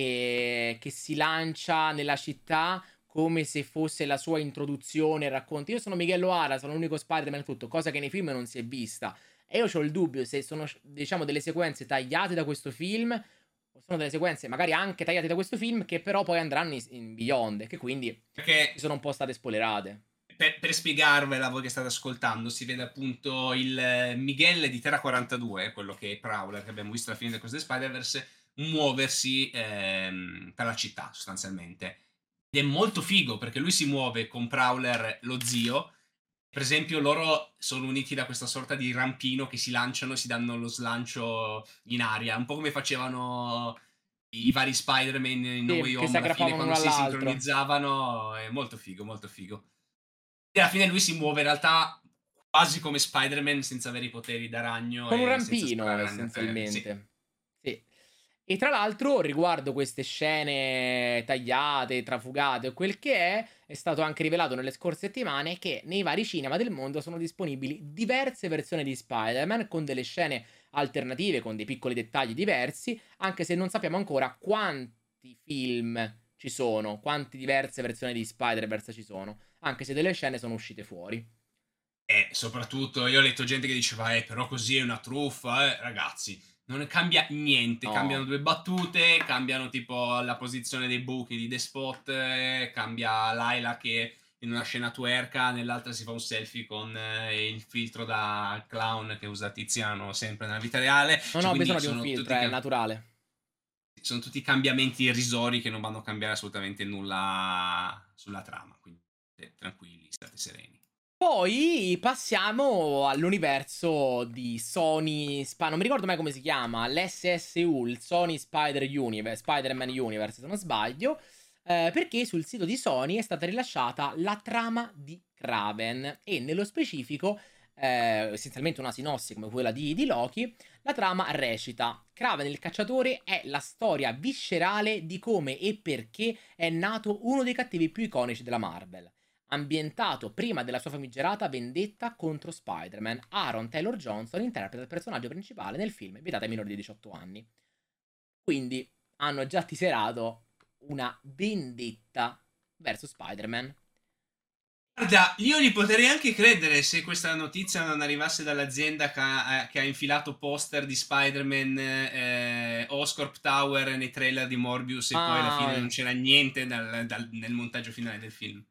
che, che si lancia nella città come se fosse la sua introduzione, racconti. Io sono Miguel O'Hara, sono l'unico Spider-Man e tutto, cosa che nei film non si è vista. E io ho il dubbio se sono, diciamo, delle sequenze tagliate da questo film o sono delle sequenze magari anche tagliate da questo film che però poi andranno in, in Beyond, che quindi
Perché
ci sono un po' state spoilerate.
per, per spiegarvela voi che state ascoltando, si vede appunto il eh, Miguel di Terra quarantadue, quello che è Prowler, che abbiamo visto alla fine di questo Spider-Verse, muoversi ehm, per la città sostanzialmente. Ed è molto figo perché lui si muove con Prowler, lo zio. Per esempio, loro sono uniti da questa sorta di rampino che si lanciano e si danno lo slancio in aria, un po' come facevano i vari Spider-Man in No
Sì,
Way
che si
Home alla fine
aggrappavano
quando
uno
si
all'altro.
sincronizzavano. È molto figo, molto figo. E alla fine lui si muove in realtà quasi come Spider-Man senza avere i poteri da ragno
Con un
e senza
rampino,
sparare ragnatele. Sì.
essenzialmente. Sì. E tra l'altro, riguardo queste scene tagliate, trafugate o quel che è, è stato anche rivelato nelle scorse settimane che nei vari cinema del mondo sono disponibili diverse versioni di Spider-Man con delle scene alternative, con dei piccoli dettagli diversi, anche se non sappiamo ancora quanti film ci sono, quante diverse versioni di Spider-Verse ci sono, anche se delle scene sono uscite fuori.
E soprattutto io ho letto gente che diceva, eh, però così è una truffa, eh. Ragazzi, non cambia niente, cambiano
No.
due battute, cambiano tipo la posizione dei buchi di The Spot, eh, cambia Laila che in una scena twerka, nell'altra si fa un selfie con eh, il filtro da clown che usa Tiziano sempre nella vita reale,
Non
cioè
ho
quindi
bisogno di un
sono
filtro,
tutti,
è
cam-
naturale.
sono tutti cambiamenti irrisori che non vanno a cambiare assolutamente nulla sulla trama, quindi eh, tranquilli, state sereni.
Poi passiamo all'universo di Sony, Sp- non mi ricordo mai come si chiama, l'S S U, il Sony Spider Universe, Spider-Man Universe se non sbaglio, eh, perché sul sito di Sony è stata rilasciata la trama di Kraven e nello specifico, eh, essenzialmente una sinossi come quella di, di Loki, la trama recita: Kraven il cacciatore è la storia viscerale di come e perché è nato uno dei cattivi più iconici della Marvel, ambientato prima della sua famigerata vendetta contro Spider-Man. Aaron Taylor Johnson interpreta il personaggio principale nel film vietato ai minori di diciotto anni. Quindi hanno già tiserato una vendetta verso Spider-Man.
Guarda, io gli potrei anche credere se questa notizia non arrivasse dall'azienda che ha, eh, che ha infilato poster di Spider-Man eh, Oscorp Tower nei trailer di Morbius e poi alla fine
Ma
non c'era niente dal- dal- nel montaggio finale del film.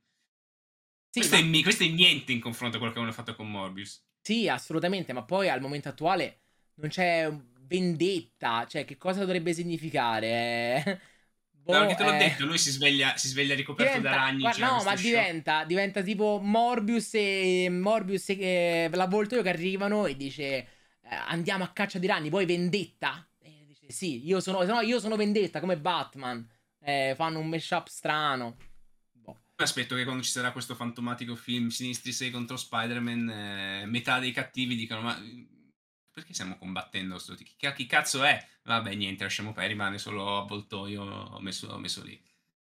sì,
Questo è,
ma
mi- questo è niente in confronto a quello che avevano fatto con Morbius.
sì, assolutamente, ma poi al momento attuale non c'è vendetta, cioè che cosa dovrebbe significare? Eh,
No, perché
boh,
te l'ho
eh.
detto, lui si sveglia, si sveglia ricoperto da
Diventa,
ragni,
guarda,
c'era
no, ma
questo show.
diventa, diventa tipo Morbius e Morbius e l'avvoltoio che arrivano e dice eh, andiamo a caccia di ragni, poi vendetta. E dice sì, io sono, no, io sono vendetta come Batman. Eh, fanno un mashup strano. Boh.
Aspetto che quando ci sarà questo fantomatico film Sinistri sei contro Spider-Man, eh, metà dei cattivi dicono: Ma perché stiamo combattendo sto t- chi, ca- chi cazzo è? Vabbè, niente, lasciamo perdere, rimane solo avvoltoio messo, messo lì.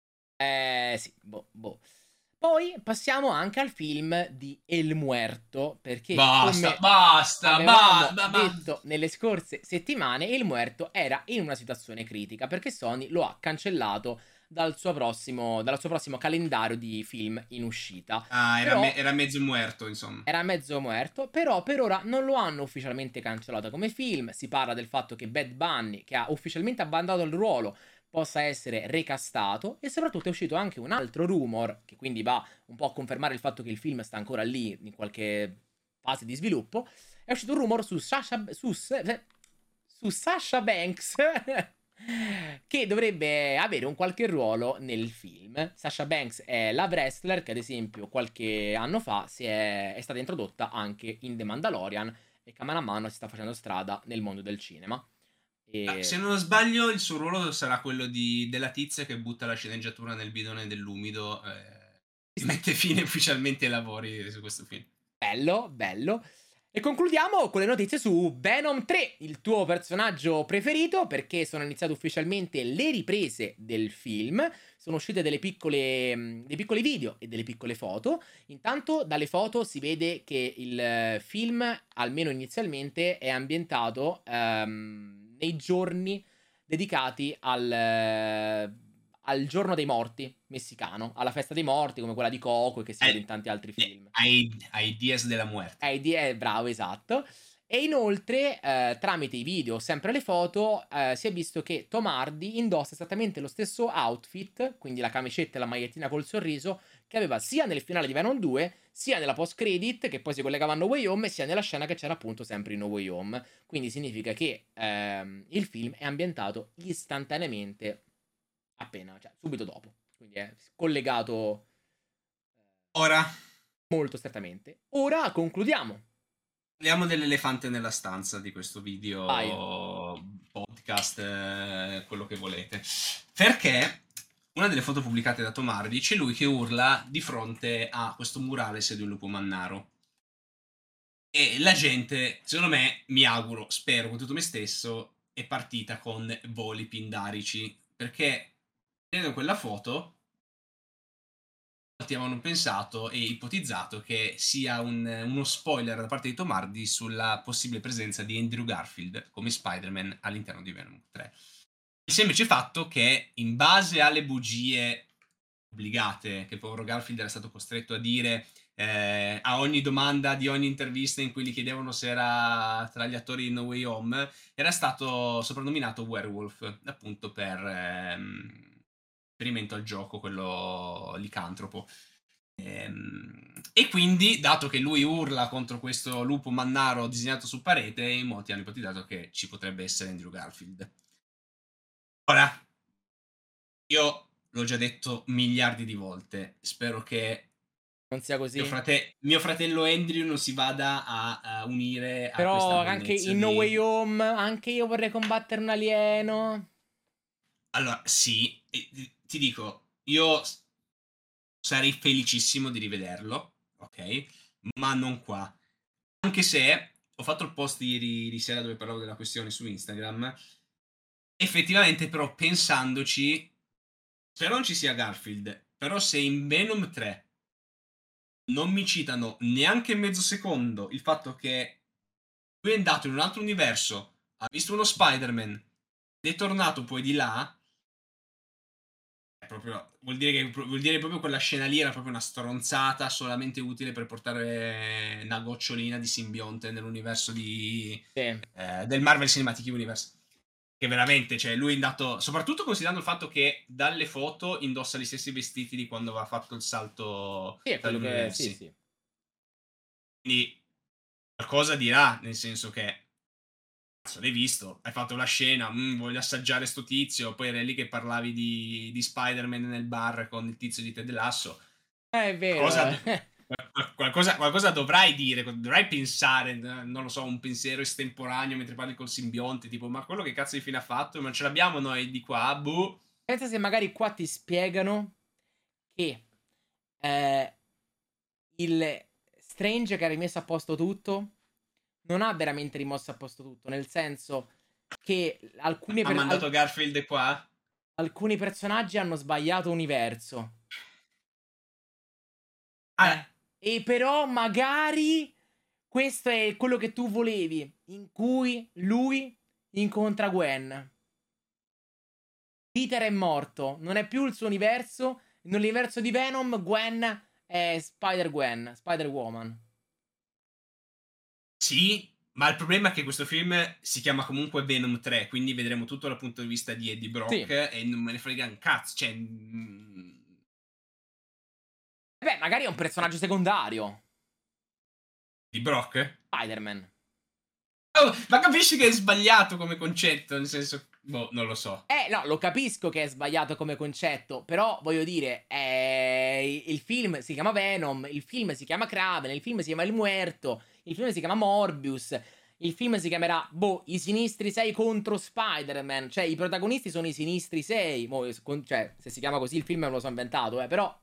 Eh sì, boh, boh. Poi passiamo anche al film di El Muerto, perché
Basta,
come
basta, ba-
avevamo
ba- ba-
detto nelle scorse settimane, El Muerto era in una situazione critica perché Sony lo ha cancellato dal suo prossimo, dal suo prossimo calendario di film in uscita.
Ah, era, me-
Però
era mezzo muerto, insomma.
era mezzo muerto, però per ora non lo hanno ufficialmente cancellato come film. Si parla del fatto che Bad Bunny, che ha ufficialmente abbandonato il ruolo, possa essere recastato, e soprattutto è uscito anche un altro rumor, che quindi va un po' a confermare il fatto che il film sta ancora lì in qualche fase di sviluppo. È uscito un rumor su Sasha, su, su Sasha Banks che dovrebbe avere un qualche ruolo nel film. Sasha Banks è la wrestler che ad esempio qualche anno fa si è, è stata introdotta anche in The Mandalorian e che mano a mano si sta facendo strada nel mondo del cinema.
Ah, se
E...
non sbaglio, il suo ruolo sarà quello di, della tizia che butta la sceneggiatura nel bidone dell'umido eh, e mette fine ufficialmente ai lavori su questo film.
Bello, bello. E concludiamo con le notizie su Venom tre, il tuo personaggio preferito, perché sono iniziate ufficialmente le riprese del film. Sono uscite delle piccole, mh, dei piccoli video e delle piccole foto. Intanto dalle foto si vede che il eh, film, almeno inizialmente, è ambientato ehm, nei giorni dedicati al, eh, al giorno dei morti messicano, alla festa dei morti come quella di Coco e che si vede
Eh,
in tanti altri
eh,
film.
ai, ai Dies della Muerte.
Eh, di- eh, bravo, esatto. E inoltre, eh, tramite i video, sempre le foto, eh, si è visto che Tom Hardy indossa esattamente lo stesso outfit, quindi la camicetta e la magliettina col sorriso, che aveva sia nel finale di Venom due, sia nella post-credit, che poi si collegava a No Way Home, sia nella scena che c'era appunto sempre in No Way Home. Quindi significa che ehm, il film è ambientato istantaneamente appena, cioè subito dopo. Quindi è collegato
Ora
molto strettamente. Ora concludiamo.
parliamo dell'elefante nella stanza di questo
Vai.
video, podcast, eh, quello che volete. Perché una delle foto pubblicate da Tom Hardy c'è lui che urla di fronte a questo murales di un lupo mannaro. E la gente, secondo me, mi auguro, spero con tutto me stesso, è partita con voli pindarici. Perché vedendo quella foto molti avevano pensato e ipotizzato che sia un- uno spoiler da parte di Tom Hardy sulla possibile presenza di Andrew Garfield come Spider-Man all'interno di Venom tre. Il semplice fatto che, in base alle bugie obbligate che il povero Garfield era stato costretto a dire eh, a ogni domanda di ogni intervista in cui gli chiedevano se era tra gli attori di No Way Home, era stato soprannominato Werewolf, appunto per ehm, riferimento al gioco, quello licantropo. Ehm, E quindi, dato che lui urla contro questo lupo mannaro disegnato su parete, molti hanno ipotizzato che ci potrebbe essere Andrew Garfield. Ora, io l'ho già detto miliardi di volte, spero che
Non sia
mio,
così.
frate- mio fratello Andrew non si vada a, a unire a questa
Però anche
bonnezza
in No Way
di...
Home, anche io vorrei combattere un alieno.
Allora, sì, e- ti dico, io sarei felicissimo di rivederlo, ok? Ma non qua. Anche se ho fatto il post ieri di sera dove parlavo della questione su Instagram, effettivamente però pensandoci, spero non ci sia Garfield, però se in Venom tre non mi citano neanche mezzo secondo il fatto che lui è andato in un altro universo, ha visto uno Spider-Man, ed è tornato poi di là, è proprio, vuol dire che vuol dire proprio quella scena lì era proprio una stronzata solamente utile per portare una gocciolina di simbionte nell'universo di,
Sì.
eh, del Marvel Cinematic Universe. Che veramente, cioè, lui è andato, soprattutto considerando il fatto che dalle foto indossa gli stessi vestiti di quando aveva fatto il salto
Sì, è
tra gli
quello che... Sì,
universi.
sì.
Quindi qualcosa dirà, nel senso che cazzo, l'hai visto, hai fatto la scena, mm, voglio assaggiare sto tizio, poi era lì che parlavi di, di Spider-Man nel bar con il tizio di Ted Lasso.
Eh, è vero.
Qualcosa, qualcosa, qualcosa dovrai dire, dovrai pensare, non lo so, un pensiero estemporaneo mentre parli col simbionte, tipo, ma quello che cazzo di fine ha fatto? Ma ce l'abbiamo noi di qua, boh.
Pensa se magari qua ti spiegano che eh, il Strange che ha rimesso a posto tutto non ha veramente rimosso a posto tutto, nel senso che alcuni,
Ha
per- al-
mandato Garfield qua?
alcuni personaggi hanno sbagliato universo.
Ah,
Eh, e però magari questo è quello che tu volevi, in cui lui incontra Gwen. Peter è morto, non è più il suo universo. Nell'universo di Venom, Gwen è Spider-Gwen, Spider-Woman.
sì, ma il problema è che questo film si chiama comunque Venom tre, quindi vedremo tutto dal punto di vista di Eddie Brock
Sì.
e non me ne frega un cazzo, cioè... mm,
Beh, magari è un personaggio secondario.
di Brock?
Spider-Man.
Oh, ma capisci che è sbagliato come concetto, nel senso... Boh, non lo so.
Eh, no, lo capisco che è sbagliato come concetto, però voglio dire, eh, il film si chiama Venom, il film si chiama Kraven, il film si chiama Il Muerto, il film si chiama Morbius, il film si chiamerà, boh, I Sinistri sei contro Spider-Man, cioè i protagonisti sono i Sinistri sei, mo, cioè, se si chiama così il film me lo so inventato, eh, però...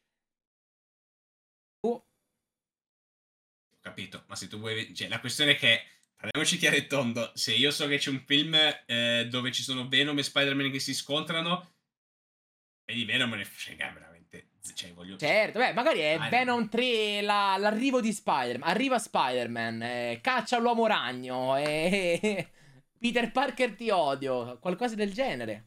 Oh.
Ho capito, ma se tu vuoi... Cioè, la questione è che... Parliamoci chiaro e tondo, se io so che c'è un film eh, dove ci sono Venom e Spider-Man che si scontrano, e di Venom me ne frega veramente. Cioè, voglio...
Certo, beh, magari è
Ah,
Venom tre, la- l'arrivo di Spider-Man, arriva Spider-Man, eh, caccia l'uomo ragno, eh, Peter Parker ti odio, qualcosa del genere.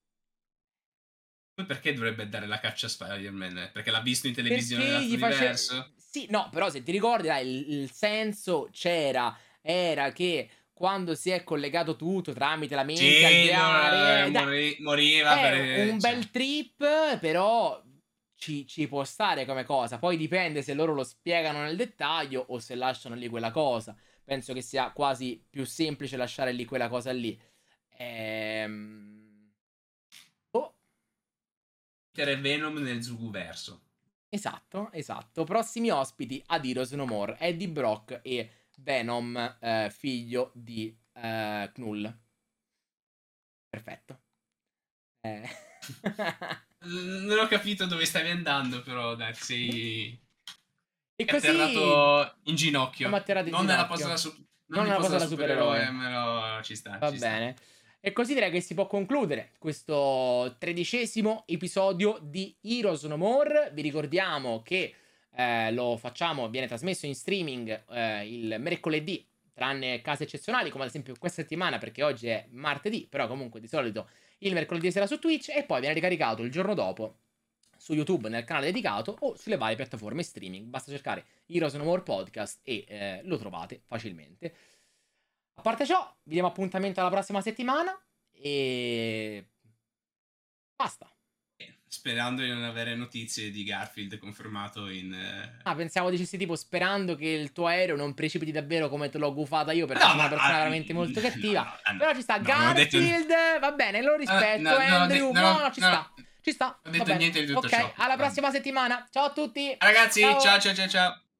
Poi perché dovrebbe dare la caccia a Spider-Man? Perché l'ha visto in televisione
Perché gli face...
nell'universo?
Sì, no, però se ti ricordi, dai, il, il senso c'era, era che quando si è collegato tutto tramite la mente
Sì,
alveare,
no,
eh, dai,
mori- moriva
è
per...
un
cioè,
bel trip, però ci, ci può stare come cosa. Poi dipende se loro lo spiegano nel dettaglio o se lasciano lì quella cosa. Penso che sia quasi più semplice lasciare lì quella cosa lì. Ehm... Oh,
mettere Venom nel Zuguverso.
esatto, esatto. Prossimi ospiti ad Heroes No More, Eddie Brock e Venom, eh, figlio di eh, Knull. Perfetto. Eh.
Non ho capito dove stavi andando, però dai, sei...
E
È
così
atterrato in ginocchio.
siamo atterrati in
Non nella
ginocchio.
posa da su- non
Non
di
una
posa
cosa
da
da
supereroe,
supereroe.
però ci sta,
Va
ci sta.
bene. E così direi che si può concludere questo tredicesimo episodio di Heroes No More. Vi ricordiamo che eh, lo facciamo, viene trasmesso in streaming eh, il mercoledì, tranne casi eccezionali, come ad esempio questa settimana, perché oggi è martedì, però comunque di solito il mercoledì sera su Twitch, e poi viene ricaricato il giorno dopo su YouTube nel canale dedicato o sulle varie piattaforme streaming. Basta cercare Heroes No More Podcast e eh, lo trovate facilmente. A parte ciò, vi diamo appuntamento alla prossima settimana e basta.
Sperando di non avere notizie di Garfield confermato in... eh,
Ah, pensavo dicessi tipo sperando che il tuo aereo non precipiti davvero come te l'ho gufata io, perché
No,
sono una
ma-
persona
ah,
veramente molto
no,
cattiva.
no, no,
Però ci sta
no, non ho detto-
Garfield, va bene, lo rispetto,
no, no, no,
Andrew,
no,
no,
no,
no, ci
no,
sta, ci sta.
non ho detto
va bene.
niente di tutto
Ok,
ciò.
alla prossima settimana. Ciao a tutti.
Ragazzi,
Ciao.
ciao ciao ciao ciao.